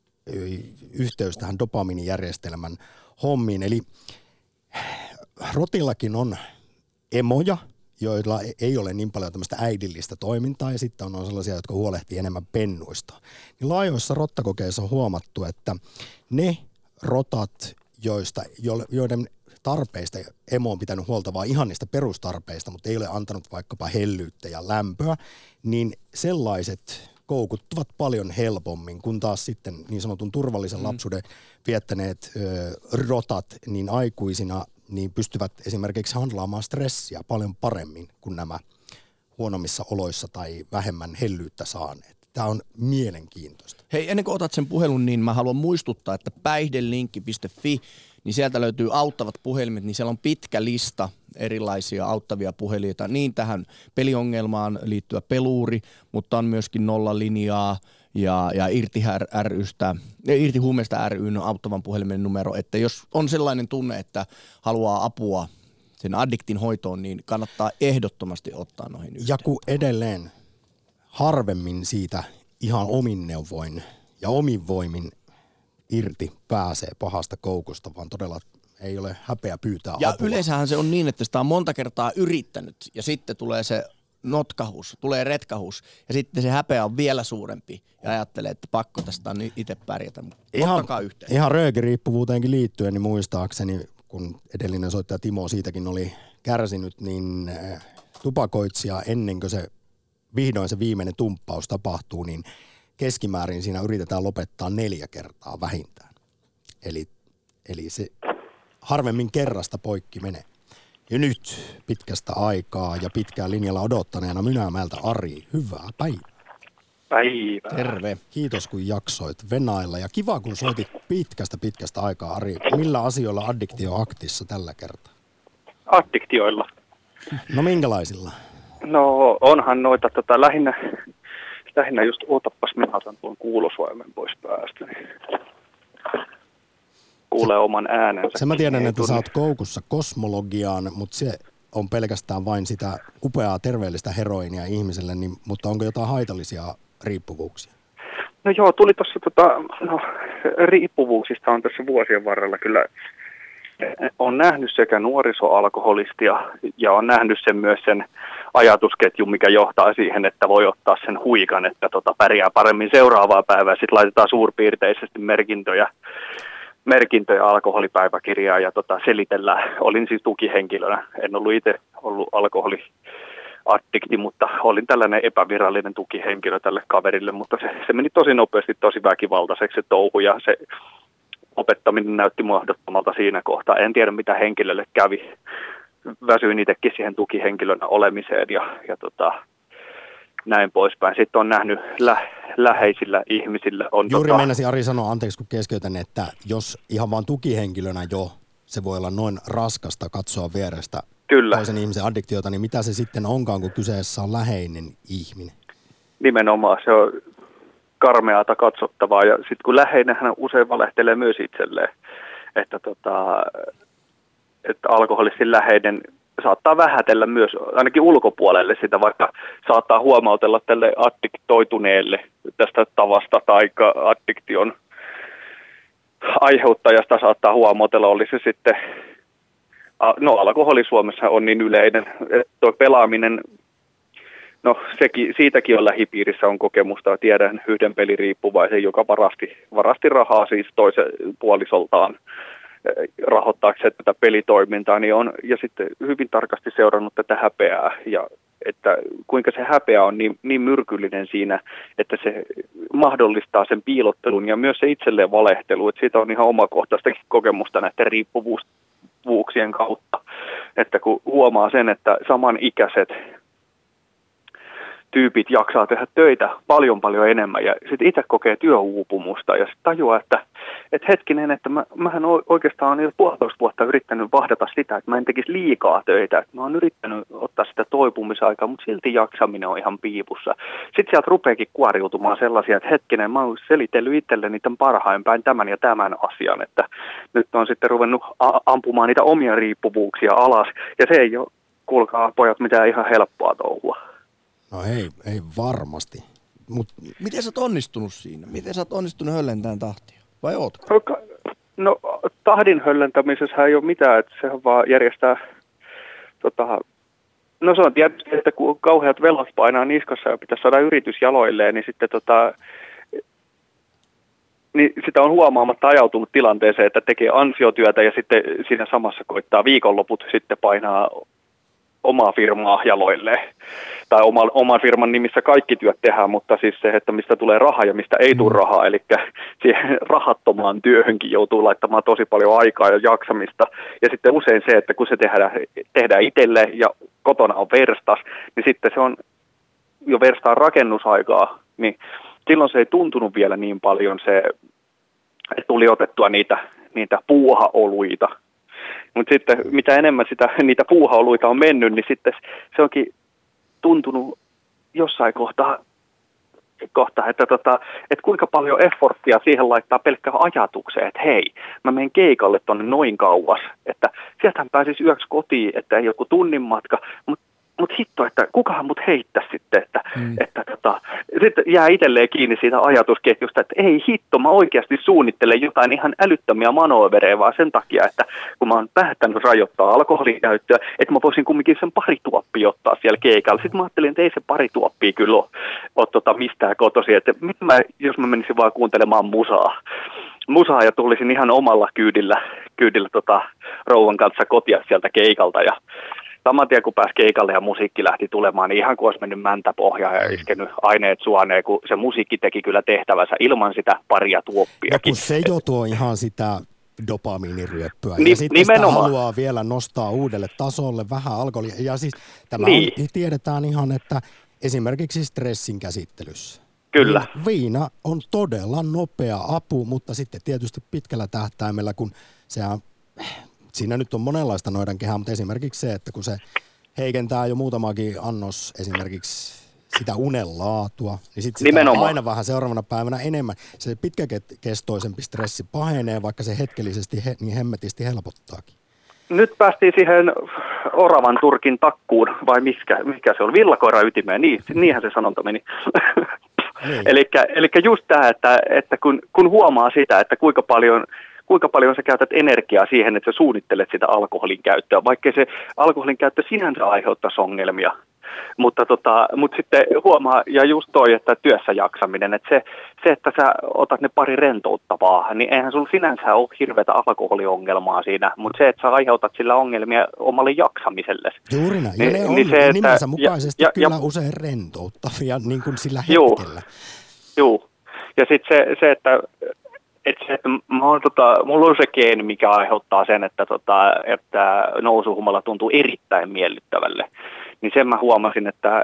yhteys tähän dopamiinijärjestelmän hommiin. Eli rotillakin on emoja, joilla ei ole niin paljon tämmöistä äidillistä toimintaa, ja sitten on sellaisia, jotka huolehtii enemmän pennuista. Niin laajoissa rottakokeissa on huomattu, että ne rotat, joiden tarpeista emo on pitänyt huolta vaan ihan niistä perustarpeista, mutta ei ole antanut vaikkapa hellyyttä ja lämpöä, niin sellaiset koukuttuvat paljon helpommin, kun taas sitten niin sanotun turvallisen lapsuuden viettäneet rotat niin aikuisina niin pystyvät esimerkiksi handlaamaan stressiä paljon paremmin kuin nämä huonommissa oloissa tai vähemmän hellyyttä saaneet. Tämä on mielenkiintoista. Hei, ennen kuin otat sen puhelun, niin mä haluan muistuttaa, että päihdelinkki.fi, niin sieltä löytyy auttavat puhelimet, niin siellä on pitkä lista erilaisia auttavia puhelimia, niin tähän peliongelmaan liittyvä peluuri, mutta on myöskin Nollalinjaa ja Irti huumeesta ry:n auttavan puhelimen numero, että jos on sellainen tunne, että haluaa apua sen addiktin hoitoon, niin kannattaa ehdottomasti ottaa noihin yhteen. Ja kun edelleen harvemmin siitä ihan omin neuvoin ja omin voimin irti pääsee pahasta koukusta, vaan todella ei ole häpeä pyytää apua. Ja yleensähän se on niin, että sitä on monta kertaa yrittänyt ja sitten tulee se notkahus, tulee retkahus ja sitten se häpeä on vielä suurempi ja ajattelee, että pakko tästä on itse pärjätä. Ottakaa yhteen. Ihan röökiriippuvuuteenkin liittyen, niin muistaakseni, kun edellinen soittaja Timo siitäkin oli kärsinyt, niin tupakoitsija ennen kuin se vihdoin se viimeinen tumppaus tapahtuu, niin keskimäärin siinä yritetään lopettaa 4 kertaa vähintään. Eli se harvemmin kerrasta poikki menee. Ja nyt pitkästä aikaa ja pitkään linjalla odottaneena Mynämäeltä Ari, hyvää päivää. Päivää. Terve. Kiitos kun jaksoit venailla ja kiva kun soitit pitkästä aikaa, Ari. Millä asioilla Addiktio aktissa tällä kertaa? Addiktioilla. No minkälaisilla? No onhan noita lähinnä just ootappas minä otan tuon kuulosuojelmen pois päästä. Niin kuulee oman äänensä. Sen mä tiedän, että sä oot koukussa kosmologiaan, mutta se on pelkästään vain sitä upeaa terveellistä heroinia ihmiselle, niin, mutta onko jotain haitallisia riippuvuuksia? No joo, tuli tuossa riippuvuuksista on tässä vuosien varrella kyllä. On nähnyt sekä nuorisoalkoholistia ja on nähnyt sen myös sen ajatusketjun, mikä johtaa siihen, että voi ottaa sen huikan, että pärjää paremmin seuraavaa päivää. Sitten laitetaan suurpiirteisesti merkintöjä alkoholipäiväkirjaa ja selitellään. Olin siis tukihenkilönä. En ollut itse ollut alkoholiaddikti, mutta olin tällainen epävirallinen tukihenkilö tälle kaverille, mutta se meni tosi nopeasti, tosi väkivaltaiseksi se touhu ja se opettaminen näytti mahdottomalta siinä kohtaa. En tiedä, mitä henkilölle kävi. Väsyin itsekin siihen tukihenkilönä olemiseen ja näin poispäin. Sitten on nähnyt läheisillä ihmisillä. Juuri meinasin Ari sanoa, anteeksi kun keskeytän, että jos ihan vaan tukihenkilönä jo se voi olla noin raskasta katsoa vierestä Kyllä. toisen ihmisen addiktiota, niin mitä se sitten onkaan, kun kyseessä on läheinen ihminen? Nimenomaan, se on karmeata katsottavaa ja sitten kun läheinen hän usein valehtelee myös itselleen, että alkoholistin läheinen saattaa vähätellä myös ainakin ulkopuolelle sitä, vaikka saattaa huomautella tälle addiktoituneelle tästä tavasta tai addiktion aiheuttajasta saattaa huomautella, oli se sitten, no alkoholi Suomessa on niin yleinen, että tuo pelaaminen, no siitäkin on lähipiirissä on kokemusta, tiedän yhden peliriippuvaisen, joka varasti rahaa siis toisen puolisoltaan rahoittaakseen tätä pelitoimintaa, niin on, ja sitten hyvin tarkasti seurannut tätä häpeää, ja että kuinka se häpeä on niin myrkyllinen siinä, että se mahdollistaa sen piilottelun ja myös se itselleen valehtelu, että siitä on ihan omakohtaistakin kokemusta näiden riippuvuuksien kautta, että kun huomaa sen, että samanikäiset tyypit jaksaa tehdä töitä paljon enemmän ja sitten itse kokee työuupumusta ja sitten tajuaa, että hetkinen, että mähän oikeastaan olen jo 1,5 vuotta yrittänyt vahdata sitä, että mä en tekisi liikaa töitä. Että mä oon yrittänyt ottaa sitä toipumisaikaa, mutta silti jaksaminen on ihan piipussa. Sitten sieltä rupeakin kuoriutumaan sellaisia, että hetkinen, mä oon selitellyt itselleni tämän parhain päin tämän ja tämän asian, että nyt on sitten ruvennut ampumaan niitä omia riippuvuuksia alas ja se ei ole, kuulkaa pojat, mitään ihan helppoa touhua. No ei varmasti. Miten sä oot onnistunut siinä? Miten sä oot onnistunut höllentämään tahtia? Vai ootko? No tahdin höllentämisessä ei ole mitään, että sehän vaan järjestää, no se on tietysti, että kun kauheat velat painaa niskassa ja pitäisi saada yritys jaloilleen, niin sitten niin sitä on huomaamatta ajautunut tilanteeseen, että tekee ansiotyötä ja sitten siinä samassa koittaa viikonloput sitten painaa omaa firmaa jaloilleen. Tai oman firman nimissä kaikki työt tehdään, mutta siis se, että mistä tulee rahaa ja mistä ei tule rahaa, eli siihen rahattomaan työhönkin joutuu laittamaan tosi paljon aikaa ja jaksamista. Ja sitten usein se, että kun se tehdään itselle ja kotona on verstas, niin sitten se on jo verstaan rakennusaikaa, niin silloin se ei tuntunut vielä niin paljon se, että tuli otettua niitä puuhaoluita. Mutta sitten mitä enemmän niitä puuhaoluita on mennyt, niin sitten se onkin tuntunut jossain kohtaa että kuinka paljon efforttia siihen laittaa pelkkään ajatukseen, että hei, mä menen keikalle tonne noin kauas, että sieltähän pääsisi yöksi kotiin, että ei joku tunnin matka, mutta hitto, että kukahan mut heittäisi sitten, että sitten jää itselleen kiinni siitä ajatusketjusta, että ei hitto, mä oikeasti suunnittelen jotain ihan älyttömiä manöövereja vaan sen takia, että kun mä oon päättänyt rajoittaa alkoholin käyttöä, että mä voisin kumminkin sen pari tuoppia ottaa siellä keikalla. Sitten mä ajattelin, että ei se pari tuoppia kyllä ole mistään kotoisin, että jos mä menisin vaan kuuntelemaan musaa ja tulisin ihan omalla kyydillä rouvan kanssa kotia sieltä keikalta ja saman tien kun pääsi keikalle ja musiikki lähti tulemaan, niin ihan kuin olisi mennyt mäntäpohjaan ja iskenyt aineet suoneen, kun se musiikki teki kyllä tehtävänsä ilman sitä paria tuoppiakin. Ja kun se jo tuo ihan sitä dopamiiniryöppyä. Ja sitten sitä haluaa vielä nostaa uudelle tasolle vähän alkoholia. Ja siis tämä tiedetään ihan, että esimerkiksi stressin käsittelyssä. Kyllä. Niin viina on todella nopea apu, mutta sitten tietysti pitkällä tähtäimellä, kun sehän siinä nyt on monenlaista noidankehää, mutta esimerkiksi se, että kun se heikentää jo muutamakin annos esimerkiksi sitä unenlaatua, niin sitten sitä on aina vähän seuraavana päivänä enemmän. Se pitkäkestoisempi stressi pahenee, vaikka se hetkellisesti niin hemmetisti helpottaakin. Nyt päästiin siihen oravan turkin takkuun, vai mikä se on, villakoiran ytimeen, niinhän se sanonta meni. Niin. Eli just tämä, että kun huomaa sitä, että kuinka paljon sä käytät energiaa siihen, että sä suunnittelet sitä alkoholin käyttöä, vaikkei se alkoholin käyttö sinänsä aiheuttaisi ongelmia. Mutta sitten huomaa, ja just toi, että työssä jaksaminen, että se, että sä otat ne pari rentouttavaa, niin eihän sulla sinänsä ole hirveätä alkoholiongelmaa siinä, mutta se, että sä aiheutat sillä ongelmia omalle jaksamiselle. Juuri näin, ja ne on se, nimensä mukaisesti kyllä usein rentouttavia niin kuin sillä hetkellä. Joo, ja sitten se, että mulla on se geeni, mikä aiheuttaa sen, että nousuhumala tuntuu erittäin miellyttävälle. Niin sen mä huomasin, että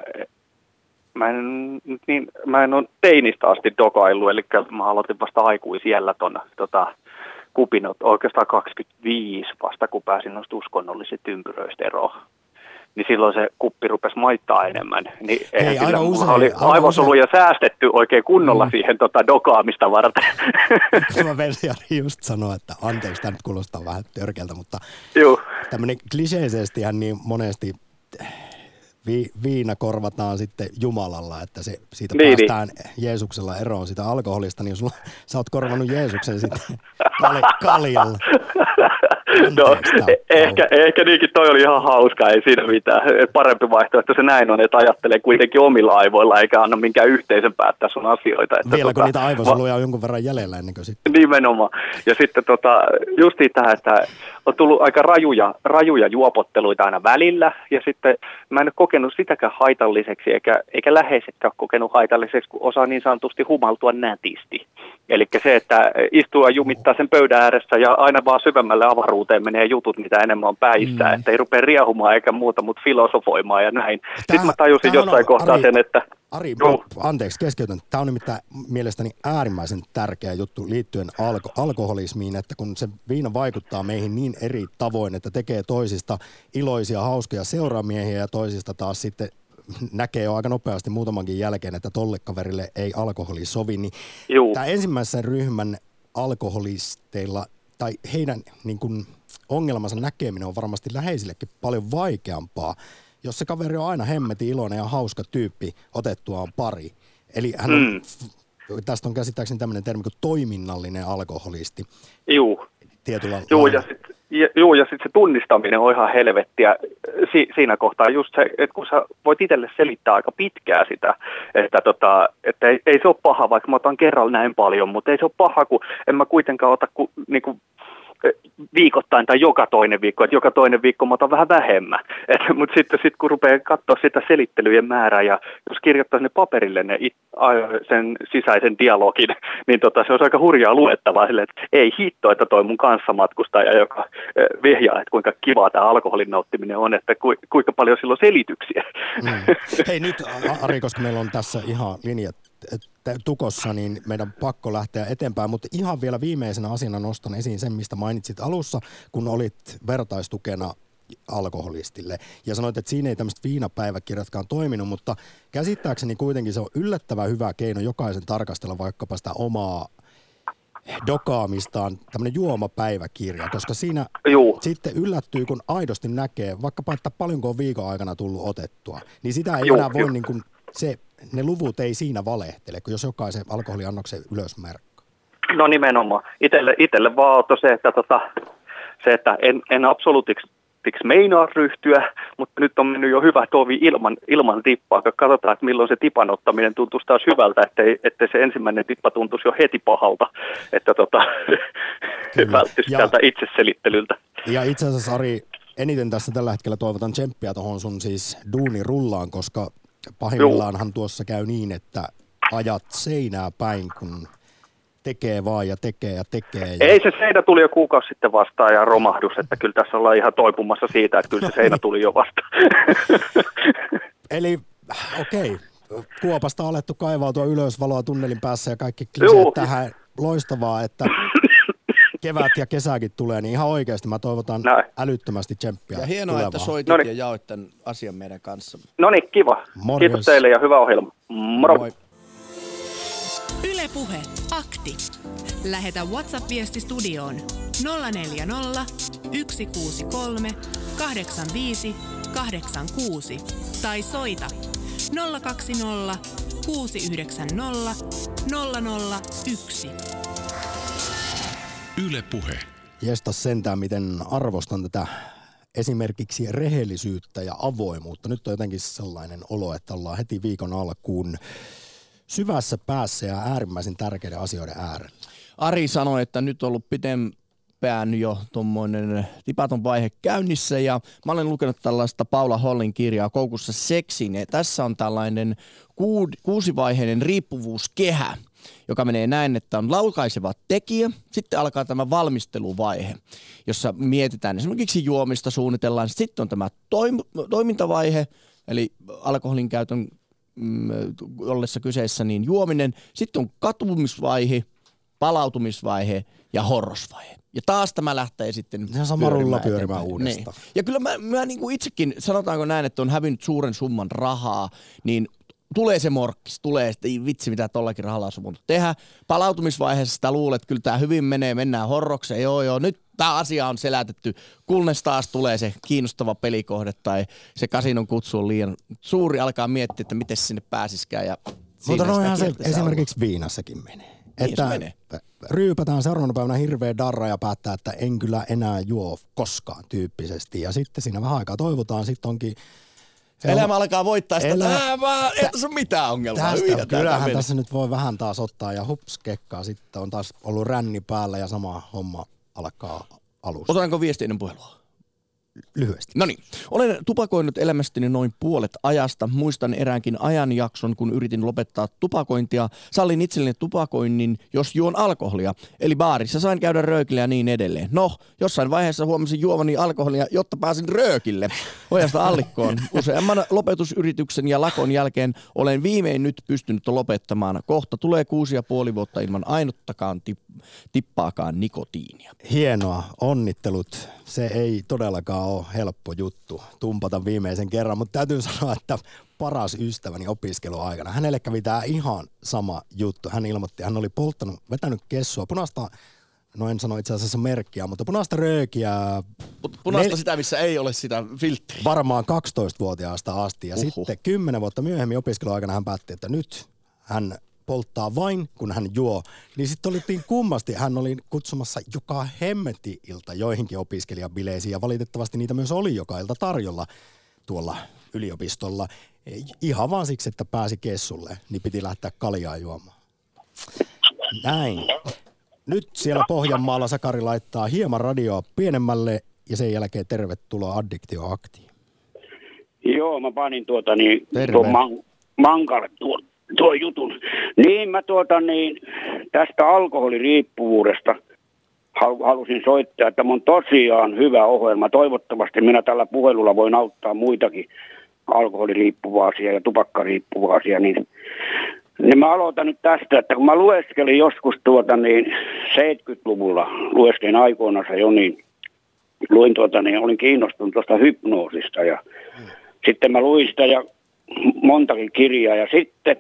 mä en ole teinistä asti dokaillut, eli mä aloitin vasta aikuisiällä ton kupinot, oikeastaan 25 vasta, kun pääsin noista uskonnollisista ympyröistä eroon. Niin silloin se kuppi rupesi maittaa enemmän. Niin mulla oli aivosoluja säästetty oikein kunnolla siihen dokaamista varten. Mä Veli-Jari just sanoa, että anteeksi, tämä nyt kuulostaa vähän törkeältä, mutta tämmöinen kliseisestihän niin monesti viina korvataan sitten Jumalalla, että siitä päästään Jeesuksella eroon sitä alkoholista, niin sä oot korvannut Jeesuksen sitten kaljalla. No, ehkä niinkin toi oli ihan hauska, ei siinä mitään. Parempi vaihtoehto se näin on, että ajattelee kuitenkin omilla aivoilla, eikä anna minkään yhteisön päättää sun asioita. Että vielä kun niitä aivosoluja on jonkun verran jäljellä ennen kuin sitten. Nimenomaan. Ja sitten justiin tämä, että on tullut aika rajuja juopotteluita aina välillä, ja sitten mä en ole kokenut sitäkään haitalliseksi, eikä läheisetkään kokenut haitalliseksi, kun osaa niin sanotusti humaltua nätisti. Eli se, että istuu ja jumittaa sen pöydän ääressä ja aina vaan syvemmälle avaruuteen menee jutut, mitä enemmän on päissä, että ei rupea riehumaan eikä muuta, mutta filosofoimaan ja näin. Sitten mä tajusin jossain kohtaa sen, että... Ari, anteeksi, keskeytän. Tämä on nimittäin mielestäni äärimmäisen tärkeä juttu liittyen alkoholismiin, että kun se viina vaikuttaa meihin niin eri tavoin, että tekee toisista iloisia, hauskoja seuraamiehiä ja toisista taas sitten näkee jo aika nopeasti muutamankin jälkeen, että tolle kaverille ei alkoholi sovi, niin tämä ensimmäisen ryhmän alkoholisteilla tai heidän niin kuin, ongelmansa näkeminen on varmasti läheisillekin paljon vaikeampaa, jos se kaveri on aina hemmetin iloinen ja hauska tyyppi otettuaan pari. Eli hän on, tästä on käsittääkseni tämmöinen termi kuin toiminnallinen alkoholisti. Ja sitten se tunnistaminen on ihan helvettiä siinä kohtaa just se, että kun sä voit itselle selittää aika pitkää sitä, että ei se ole paha, vaikka mä otan kerralla näin paljon, mutta ei se ole paha, kun en mä kuitenkaan ota niinku viikoittain tai joka toinen viikko, että joka toinen viikko mä otan vähän vähemmän. Mutta sitten kun rupeaa katsoa sitä selittelyjen määrää ja jos kirjoittaa sinne paperille sen sisäisen dialogin, niin se on aika hurjaa luettavaa sille, että ei hitto, että toi mun kanssamatkustaja, joka vihjaa, että kuinka kivaa tämä alkoholin nauttiminen on, että kuinka paljon sillä on selityksiä. Hei nyt Ari, koska meillä on tässä ihan linjat tukossa, niin meidän pakko lähteä eteenpäin, mutta ihan vielä viimeisenä asiana nostan esiin sen, mistä mainitsit alussa, kun olit vertaistukena alkoholistille ja sanoit, että siinä ei tämmöiset viinapäiväkirjatkaan toiminut, mutta käsittääkseni kuitenkin se on yllättävän hyvä keino jokaisen tarkastella vaikkapa sitä omaa dokaamistaan, tämmöinen juomapäiväkirja, koska siinä sitten yllättyy, kun aidosti näkee, vaikkapa, että paljonko on viikon aikana tullut otettua, niin sitä ei enää voi niin kuin ne luvut ei siinä valehtele, kun jos jokaisen alkoholiannoksen ylös merkkaa. No nimenomaan. Itelle vaan on se, että en absoluutiksi meinaa ryhtyä, mutta nyt on mennyt jo hyvä tovi ilman tippaa. Katsotaan, että milloin se tipan ottaminen tuntuisi taas hyvältä, ettei se ensimmäinen tippa tuntuisi jo heti pahalta, että välttyisi tältä itseselittelyltä. Ja itse asiassa Ari, eniten tässä tällä hetkellä toivotan tsemppiä tuohon sun siis duunirullaan, koska pahimmillaanhan tuossa käy niin, että ajat seinää päin, kun tekee vaan ja tekee ja tekee. Ei, se seinä tuli jo kuukausi sitten vastaan ja romahdus, että kyllä tässä ollaan ihan toipumassa siitä, että kyllä se seinä tuli jo vastaan. Eli okei, kuopasta on alettu kaivautua ylös, valoa tunnelin päässä ja kaikki kliseet tähän. Loistavaa, että kevät ja kesäkin tulee, niin ihan oikeasti mä toivotan älyttömästi tsemppiä. Ja hienoa, tulevaa. Että soitit ja jaoit tämän asian meidän kanssa. No niin, kiva. Morjens. Kiitos teille ja hyvä ohjelma. Moro. Moi. Yle Puhe. Akti. Lähetä WhatsApp-viesti studioon 040 163 85 86 tai soita 020 690 001. Yle Puhe. Jestas sentään, miten arvostan tätä esimerkiksi rehellisyyttä ja avoimuutta. Nyt on jotenkin sellainen olo, että ollaan heti viikon alkuun syvässä päässä ja äärimmäisen tärkeiden asioiden äärellä. Ari sanoi, että nyt on ollut pitempään jo tuommoinen tipaton vaihe käynnissä ja mä olen lukenut tällaista Paula Hollin kirjaa Koukussa seksiin ja tässä on tällainen 6-vaiheinen riippuvuuskehä, joka menee näin, että on laukaiseva tekijä, sitten alkaa tämä valmisteluvaihe, jossa mietitään esimerkiksi juomista, suunnitellaan, sitten on tämä toimintavaihe, eli alkoholin käytön ollessa kyseessä niin juominen, sitten on katumisvaihe, palautumisvaihe ja horrosvaihe. Ja taas tämä lähtee sitten pyörimään uudestaan. Niin. Ja kyllä mä niin kuin itsekin, sanotaanko näin, että on hävinnyt suuren summan rahaa, niin tulee se morkkis, tulee, että vitsi mitä tollakin rahalla olisi voinut tehdä. Palautumisvaiheessa sitä luulet, että kyllä tämä hyvin menee, mennään horrokseen, joo, nyt tämä asia on selätetty, kunnes taas tulee se kiinnostava pelikohde tai se kasinon kutsu on liian suuri, alkaa miettiä, että miten sinne pääsisikään. Ja mutta noinhan se esimerkiksi viinassakin menee. Niin, että ryypätään seuraavana päivänä hirveä darra ja päättää, että en kyllä enää juo koskaan tyyppisesti. Ja sitten siinä vähän aikaa toivotaan, sitten onkin elämä alkaa voittaa sitä, ei tässä ole mitään ongelmaa. Kyllähän tässä nyt voi vähän taas ottaa ja hups kekkaa. Sitten on taas ollut ränni päällä ja sama homma alkaa alussa. Otanko viesti ennen puhelua? Lyhyesti. No niin. Olen tupakoinut elämästäni noin puolet ajasta. Muistan eräänkin ajanjakson, kun yritin lopettaa tupakointia. Sallin itselleni tupakoinnin, jos juon alkoholia. Eli baarissa sain käydä röökillä ja niin edelleen. No, jossain vaiheessa huomasin juomani alkoholia, jotta pääsin röökille. Ojasta allikkoon. Useamman lopetusyrityksen ja lakon jälkeen olen viimein nyt pystynyt lopettamaan. Kohta tulee 6,5 vuotta ilman ainuttakaan tippaakaan nikotiinia. Hienoa, onnittelut. Se ei todellakaan ole helppo juttu tumpata viimeisen kerran, mutta täytyy sanoa, että paras ystäväni opiskeluaikana, hänelle kävi tämä ihan sama juttu. Hän ilmoitti, hän oli vetänyt kessua, punaista, no en sano itse asiassa merkkiä, mutta punaista röökiä. Punaista sitä, missä ei ole sitä filtteriä. Varmaan 12-vuotiaasta asti ja sitten 10 vuotta myöhemmin opiskeluaikana hän päätti, että nyt hän polttaa vain, kun hän juo. Niin sitten olittiin kummasti. Hän oli kutsumassa joka hemmeti-ilta joihinkin opiskelijabileisiin ja valitettavasti niitä myös oli joka ilta tarjolla tuolla yliopistolla. Ihan vaan siksi, että pääsi kessulle, niin piti lähteä kaljaa juomaan. Näin. Nyt siellä Pohjanmaalla Sakari laittaa hieman radioa pienemmälle ja sen jälkeen tervetuloa Addiktio-aktiin. Joo, mä panin tuon mankalle tuo jutun. Niin mä tästä alkoholiriippuvuudesta halusin soittaa, että on tosiaan hyvä ohjelma. Toivottavasti minä tällä puhelulla voin auttaa muitakin alkoholiriippuvaisia ja tupakkariippuvaisia. Niin mä aloitan nyt tästä, että kun mä lueskelin joskus 70-luvulla, lueskelin aikoinansa jo, niin olin kiinnostunut tuosta hypnoosista ja sitten mä luin sitä ja montakin kirjaa ja sitten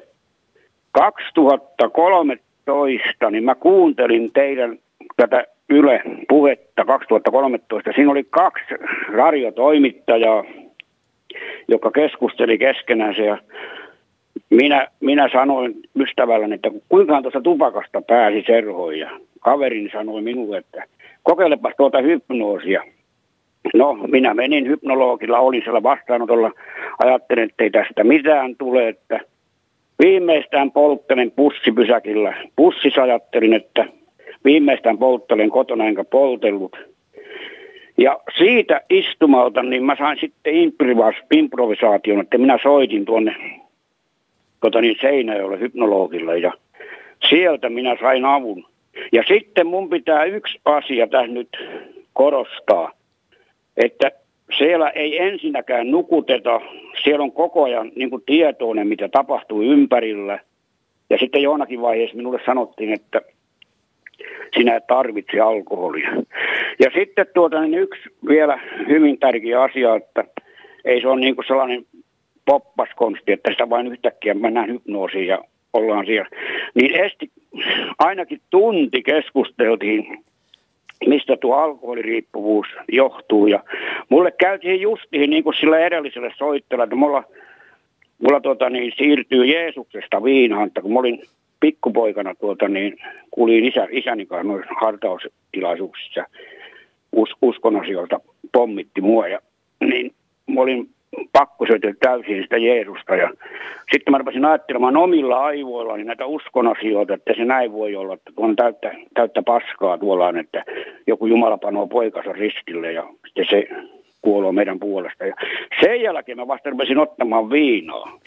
2013, niin mä kuuntelin teidän tätä Yle puhetta 2013. Siinä oli 2 radiotoimittajaa, joka keskusteli keskenään ja minä sanoin ystävälleni, että kuinka tuossa tupakasta pääsi serhoon ja kaverini sanoi minulle, että kokeilepas tuota hypnoosia. No, minä menin hypnologilla, olin siellä vastaanotolla, ajattelin, että ei tästä mitään tule, että viimeistään polttelen pussipysäkillä. Pussissa ajattelin, että viimeistään polttelen kotona enkä poltellut. Ja siitä istumalta niin mä sain sitten improvisaation, että minä soitin tuonne Seinäjoelle hypnologille ja sieltä minä sain avun. Ja sitten mun pitää yksi asia tässä nyt korostaa, että siellä ei ensinnäkään nukuteta, siellä on koko ajan niin kuin tietoinen, mitä tapahtuu ympärillä. Ja sitten jonakin vaiheessa minulle sanottiin, että sinä et tarvitse alkoholia. Ja sitten yksi vielä hyvin tärkeä asia, että ei se ole niin kuin sellainen poppaskonsti, että sitä vain yhtäkkiä mennään hypnoosiin ja ollaan siellä. Niin ainakin tunti keskusteltiin, mistä tuo alkoholiriippuvuus johtuu. Ja mulle käytiin justiin niin kuin sillä edellisellä soitteella, että mulla siirtyy Jeesuksesta viinaan, että kun mä olin pikkupoikana kuulin isäni kanssa noissa hartaustilaisuuksissa uskonasioilta pommitti mua ja niin mä olin pakko syötyä täysin sitä Jeesusta ja sitten mä rupesin ajattelemaan omilla aivoillani näitä uskonasioita, että se näin voi olla, että on täyttä paskaa tuollaan, että joku Jumala panoo poikansa ristille ja sitten se kuoloo meidän puolesta ja sen jälkeen mä vasta rupesin ottamaan viinaa.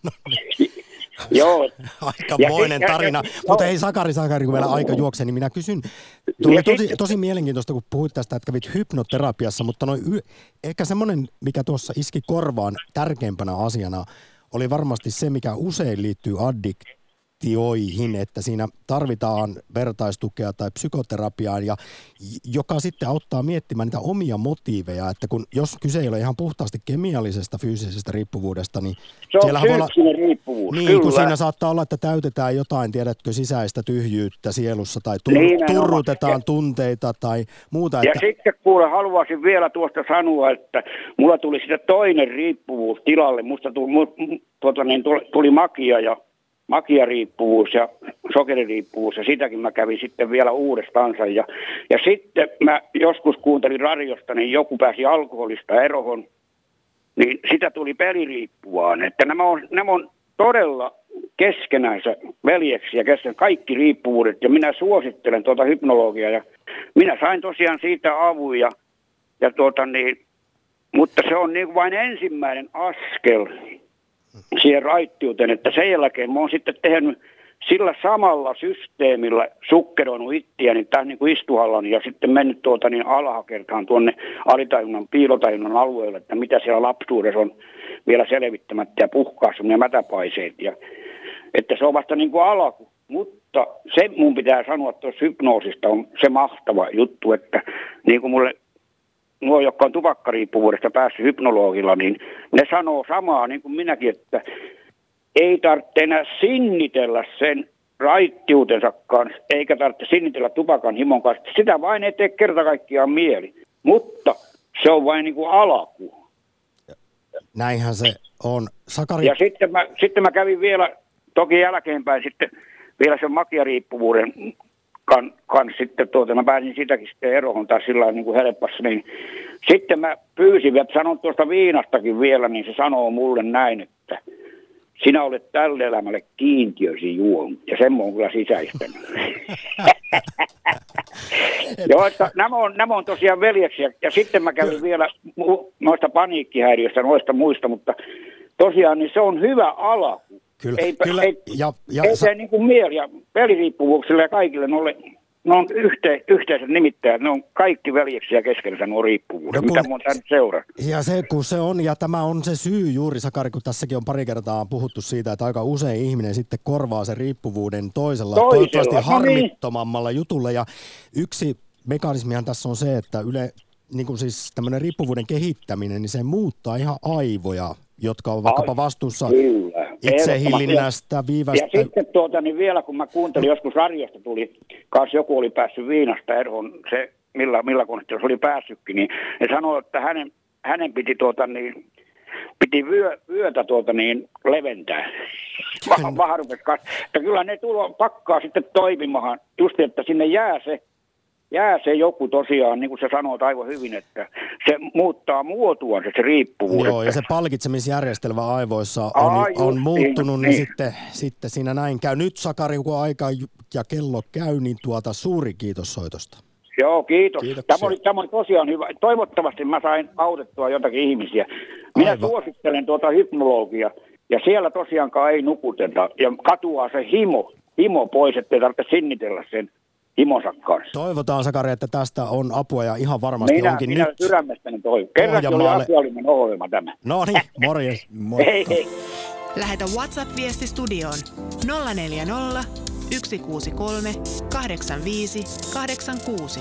Joo. Aikamoinen tarina. Mutta hei Sakari, kun meillä aika juoksee, niin minä kysyn. Tuli tosi mielenkiintoista, kun puhuit tästä, että kävit hypnoterapiassa, mutta ehkä semmoinen, mikä tuossa iski korvaan tärkeimpänä asiana, oli varmasti se, mikä usein liittyy addiktioihin, että siinä tarvitaan vertaistukea tai psykoterapiaa, ja joka sitten auttaa miettimään niitä omia motiiveja, että jos kyse ei ole ihan puhtaasti kemiallisesta, fyysisestä riippuvuudesta, niin se on psyykkinen riippuvuus, niin, kyllä. Kun siinä saattaa olla, että täytetään jotain, tiedätkö, sisäistä tyhjyyttä sielussa tai turrutetaan tunteita tai muuta. Ja sitten kuule, haluaisin vielä tuosta sanoa, että mulla tuli sitten toinen riippuvuus tilalle. Musta tuli makiariippuvuus ja sokeririippuvuus ja sitäkin mä kävin sitten vielä uudestaansa. Ja sitten mä joskus kuuntelin radiosta, niin joku pääsi alkoholista eroon, niin sitä tuli peliriippuvaan. Että nämä on todella keskenänsä veljeksiä, kesken kaikki riippuvuudet, ja minä suosittelen tuota hypnologiaa, ja minä sain tosiaan siitä avun, ja mutta se on niin vain ensimmäinen askel siihen raittiuteen, että sen jälkeen mä oon sitten tehnyt sillä systeemillä sukkeroinut itseäni tähän niin kuin istuhallani ja sitten mennyt alahakertaan tuonne alitajunnan, piilotajunnan alueelle, että mitä siellä lapsuudessa on vielä selvittämättä ja puhkaassa ja mätäpaiseet. Ja, että se on vasta niin kuin alku, mutta se mun pitää sanoa tuossa hypnoosista on se mahtava juttu, että niin kuin mulle nuo, jotka on tupakkariippuvuudesta päässyt hypnologilla, niin ne sanoo samaa niin kuin minäkin, että ei tarvitse enää sinnitellä sen raittiutensa kanssa, eikä tarvitse sinnitellä tupakan himon kanssa. Sitä vain ei tee kerta kaikkiaan mieli, mutta se on vain niin kuin alku. Näinhän se on. Sakari... Ja sitten mä kävin vielä, toki jälkeenpäin sitten vielä sen makiariippuvuuden kanssa sitten, mä pääsin sitäkin sitten eroon taas sillä tavalla niin kuin helpassa, niin sitten mä pyysin, että sanon tuosta viinastakin vielä, niin se sanoo mulle näin, että sinä olet tälle elämälle kiintiösi juonut, ja sen mä oon kyllä sisäistänyt. Joo, että nämä on tosiaan veljeksiä, ja sitten mä kävin vielä noista paniikkihäiriöistä, noista muista, mutta tosiaan niin se on hyvä alku. Kyllä. Ei se niin kuin mieli ja peliriippuvuuksille ja kaikille ne on yhteiset nimittäjät, ne on kaikki veljeksiä keskenään nuo riippuvuudet, mitä mä oon tänne seuraa. Ja se kun se on, ja tämä on se syy juuri, Sakari, kun tässäkin on pari kertaa puhuttu siitä, että aika usein ihminen sitten korvaa sen riippuvuuden toisella. Toivottavasti harmittomammalla jutulla. Ja yksi mekanismihan tässä on se, että niin kuin siis tämmöinen riippuvuuden kehittäminen, niin se muuttaa ihan aivoja, jotka on vaikkapa vastuussa itsehillinnästä, viivästä. Ja sitten niin vielä kun mä kuuntelin, joskus radiosta tuli, kanssa joku oli päässyt viinasta eroon, se millä konstilla se oli päässytkin, niin ne sanoi, että hänen piti piti vyötä leventää. Vähän rupesi että kyllä ne pakkaa sitten toimimaan, just että sinne jää se joku tosiaan, niin kuin sä sanoit aivan hyvin, että se muuttaa muotoa se riippuvuus. Joo, ja se palkitsemisjärjestelmä aivoissa on muuttunut, niin sitten siinä näin käy. Nyt Sakari, kun aika ja kello käy, niin suuri kiitos soitosta. Joo, kiitos. Tämä oli tosiaan hyvä. Toivottavasti mä sain autettua jotakin ihmisiä. Minä suosittelen hypnologiaa, ja siellä tosiaankaan ei nukuteta, ja katuaa se himo pois, ettei tarvitse sinnitellä sen himonsa kanssa. Toivotaan, Sakari, että tästä on apua ja ihan varmasti onkin nyt. Minä sydämestäni toivon. Kerrankin oli asiallinen ohjelma tämä. No niin, morjes. Hei. Lähetä WhatsApp-viesti studioon 040 163 85 86.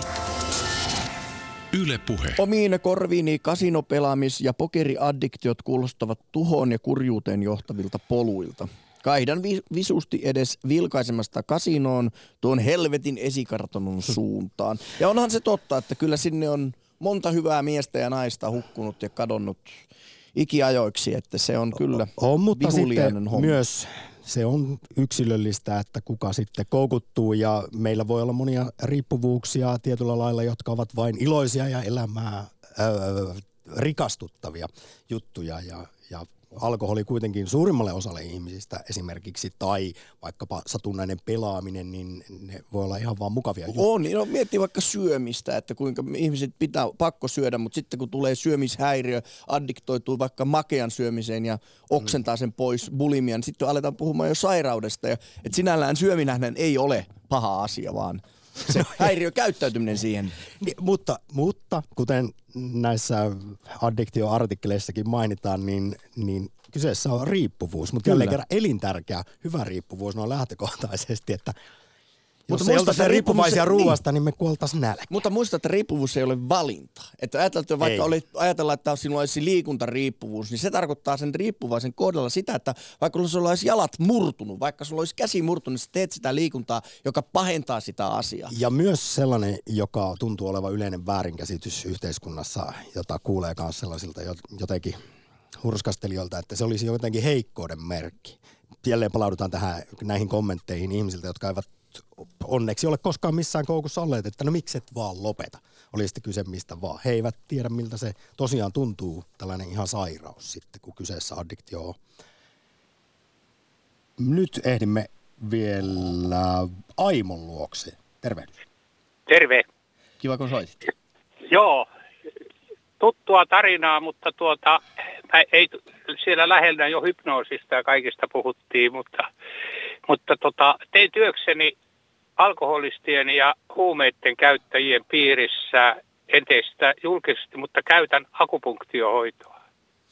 Yle Puhe. Omiin korviini kasinopelaamis- ja pokeriaddiktiot kuulostavat tuhoon ja kurjuuteen johtavilta poluilta. Kaihdan visusti edes vilkaisemasta kasinoon tuon helvetin esikartanon suuntaan. Ja onhan se totta, että kyllä sinne on monta hyvää miestä ja naista hukkunut ja kadonnut ikiajoiksi, että se on kyllä mutta sitten homma. Myös se on yksilöllistä, että kuka sitten koukuttuu, ja meillä voi olla monia riippuvuuksia tietyllä lailla, jotka ovat vain iloisia ja elämää rikastuttavia juttuja, ja alkoholi kuitenkin suurimmalle osalle ihmisistä esimerkiksi, tai vaikkapa satunnainen pelaaminen, niin ne voi olla ihan vaan mukavia juttuja. On, no miettii vaikka syömistä, että kuinka ihmiset pitää pakko syödä, mutta sitten kun tulee syömishäiriö, addiktoituu vaikka makean syömiseen ja oksentaa sen pois bulimian, niin sitten aletaan puhumaan jo sairaudesta, ja että sinällään syöminähän ei ole paha asia, vaan se häiriökäyttäytyminen siihen. Mutta kuten näissä addiktioartikkeleissakin mainitaan, niin kyseessä on riippuvuus, mutta jälleen kerran elintärkeä, hyvä riippuvuus noin lähtökohtaisesti, että jos ei oltaisi riippuvaisia ruuasta, niin me kuoltaisiin nälkä. Mutta muista, että riippuvuus ei ole valinta. Että ajatellaan, että sinulla olisi liikuntariippuvuus, niin se tarkoittaa sen riippuvaisen kohdalla sitä, että vaikka sulla olisi jalat murtunut, vaikka sulla olisi käsi murtunut, niin sä teet sitä liikuntaa, joka pahentaa sitä asiaa. Ja myös sellainen, joka tuntuu olevan yleinen väärinkäsitys yhteiskunnassa, jota kuulee myös sellaisilta jotenkin hurskastelijoilta, että se olisi jotenkin heikkouden merkki. Jälleen palaudutaan näihin kommentteihin ihmisiltä, jotka eivät onneksi ole koskaan missään koukussa olleet, että no miksi et vaan lopeta. Oli sitten kyse mistä vaan. He eivät tiedä, miltä se tosiaan tuntuu, tällainen ihan sairaus sitten, kun kyseessä addiktio on. Nyt ehdimme vielä Aimon luokse. Tervehdys. Terve. Kiva, kun soitit. Joo, tuttua tarinaa, mutta ei siellä lähellä jo hypnoosista ja kaikista puhuttiin, mutta tein työkseni alkoholistien ja huumeiden käyttäjien piirissä. En tee sitä julkisesti, mutta käytän akupunktiohoitoa.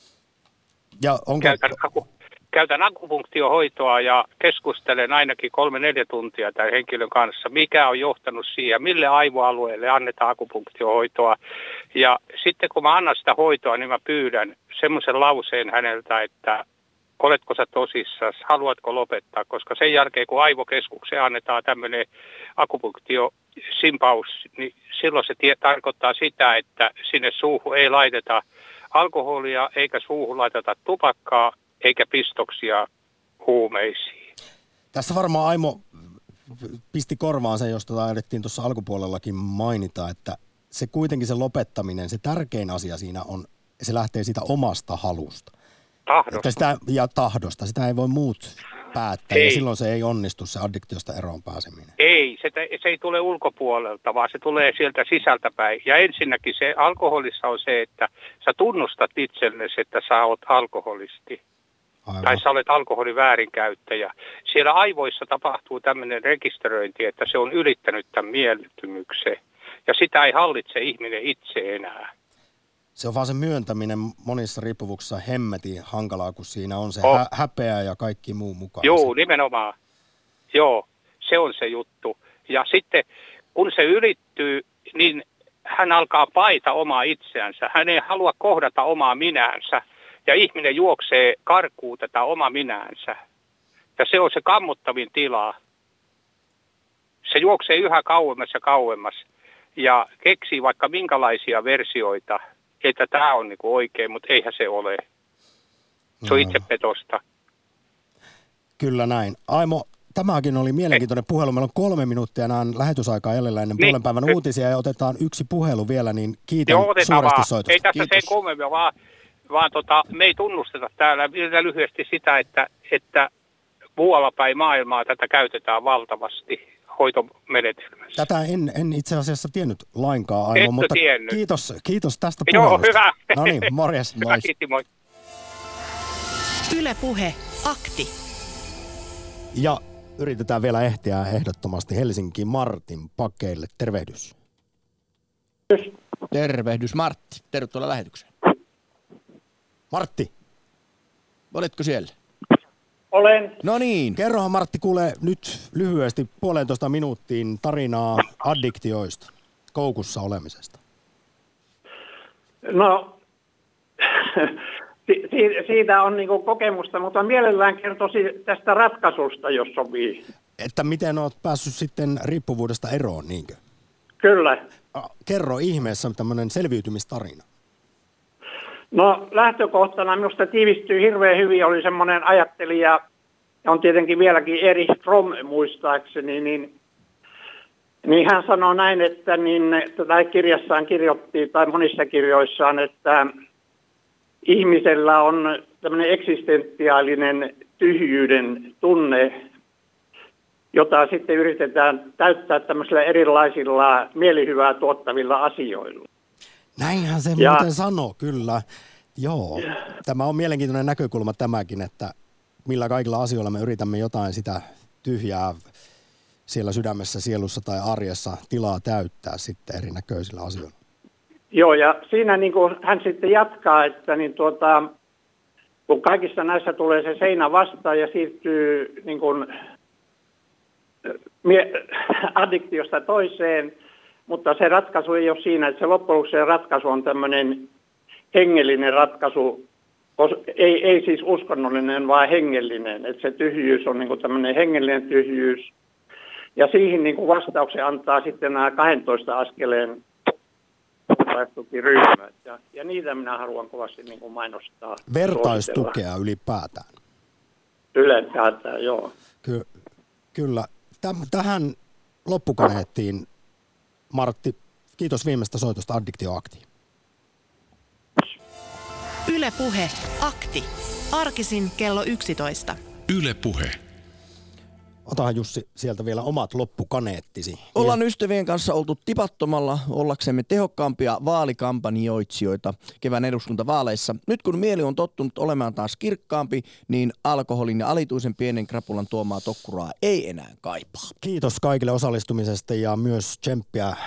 Ja onko... Käytän akupunktiohoitoa ja keskustelen ainakin 3-4 tuntia tämän henkilön kanssa, mikä on johtanut siihen, mille aivoalueelle annetaan akupunktiohoitoa. Ja sitten kun mä annan sitä hoitoa, niin mä pyydän semmoisen lauseen häneltä, että oletko sä tosissaan, haluatko lopettaa, koska sen jälkeen kun aivokeskukseen annetaan tämmöinen akupunktio-simpaus, niin silloin se tarkoittaa sitä, että sinne suuhun ei laiteta alkoholia eikä suuhun laiteta tupakkaa, eikä pistoksia huumeisiin. Tässä varmaan Aimo pisti korvaan sen, josta taidettiin tuossa alkupuolellakin mainita, että se kuitenkin se lopettaminen, se tärkein asia siinä on, se lähtee siitä omasta halusta. Tahdosta. Ja tahdosta. Sitä ei voi muut päättää ja silloin se ei onnistu se addiktiosta eroon pääseminen. Ei, se ei tule ulkopuolelta, vaan se tulee sieltä sisältäpäin. Ja ensinnäkin se alkoholissa on se, että sä tunnustat itsellesi, että sä oot alkoholisti. Aivan. Tai sä olet alkoholin väärinkäyttäjä. Siellä aivoissa tapahtuu tämmöinen rekisteröinti, että se on ylittänyt tämän mieltymyksen. Ja sitä ei hallitse ihminen itse enää. Se on vaan se myöntäminen monissa riippuvuuksissa hemmetin hankalaa, kun siinä on se häpeä ja kaikki muu mukaan. Joo, nimenomaan. Joo, se on se juttu. Ja sitten kun se ylittyy, niin hän alkaa paita omaa itseänsä. Hän ei halua kohdata omaa minäänsä. Ja ihminen juoksee karkuun tätä oma minäänsä. Ja se on se kammottavin tila. Se juoksee yhä kauemmas ja kauemmas. Ja keksii vaikka minkälaisia versioita, että tämä on niinku oikein, mutta eihän se ole. Se on itsepetosta. Kyllä näin. Aimo, tämäkin oli mielenkiintoinen puhelu. Meillä on 3 minuuttia näin lähetysaikaa jäljellä ennen puolen päivän uutisia ja otetaan yksi puhelu vielä, niin kiitän suuresti soitosta. Ei tässä sen kummemmin, vaan me ei tunnusteta täällä vielä lyhyesti sitä, että muualla päin maailmaa tätä käytetään valtavasti hoitomenetelmässä. Tätä en itse asiassa tiennyt lainkaan, Aimo, mutta kiitos tästä puhelusta. Joo, hyvä. No niin, morjes. Hyvä, kiitti, moi. Yle Puhe, akti. Ja yritetään vielä ehtiä ehdottomasti Helsinkiin Martin pakeille. Tervehdys. Tervehdys Martti. Tervetuloa lähetykseen. Martti. Oletko siellä? Olen. No niin. Kerrohan Martti kuulee nyt lyhyesti 1,5 minuuttiin tarinaa addiktioista, koukussa olemisesta. No, siitä on niinku kokemusta, mutta mielellään kertoisin tästä ratkaisusta, jos sopii. Että miten olet päässyt sitten riippuvuudesta eroon, niinkö? Kyllä. Kerro ihmeessä tämmöinen selviytymistarina. No lähtökohtana minusta tiivistyy hirveän hyvin, oli semmoinen ajattelija, on tietenkin vieläkin Erich Fromm muistaakseni, niin hän sanoi näin, että tai kirjassaan kirjoitti, tai monissa kirjoissaan, että ihmisellä on tämmöinen eksistentiaalinen tyhjyyden tunne, jota sitten yritetään täyttää tämmöisillä erilaisilla mielihyvää tuottavilla asioilla. Näinhän se muuten sanoo, kyllä. Joo, tämä on mielenkiintoinen näkökulma tämäkin, että millä kaikilla asioilla me yritämme jotain sitä tyhjää siellä sydämessä, sielussa tai arjessa tilaa täyttää sitten erinäköisillä asioilla. Joo, ja siinä niin kuin hän sitten jatkaa, että kun kaikissa näissä tulee se seinä vastaan ja siirtyy niin kuin addiktiosta toiseen, mutta se ratkaisu ei ole siinä, että se loppujen lopuksi se ratkaisu on tämmöinen hengellinen ratkaisu, ei siis uskonnollinen, vaan hengellinen. Että se tyhjyys on niin kuin tämmöinen hengellinen tyhjyys. Ja siihen niin kuin vastauksen antaa sitten nämä 12 askeleen vertaistukiryhmät. Ja niitä minä haluan kovasti niin kuin mainostaa. Vertaistukea ylipäätään. Ylipäätään, joo. Kyllä. Tähän loppukaneettiin, Martti, kiitos viimeistä soitosta Addiktioaktiin. Yle Puhe, akti. Arkisin kello 11. Yle Puhe. Otahan Jussi sieltä vielä omat loppukaneettisi. Ollaan ystävien kanssa oltu tipattomalla ollaksemme tehokkaampia vaalikampanjoitsijoita kevään eduskuntavaaleissa. Nyt kun mieli on tottunut olemaan taas kirkkaampi, niin alkoholin ja alituisen pienen krapulan tuomaa tokkuraa ei enää kaipaa. Kiitos kaikille osallistumisesta ja myös tsemppiä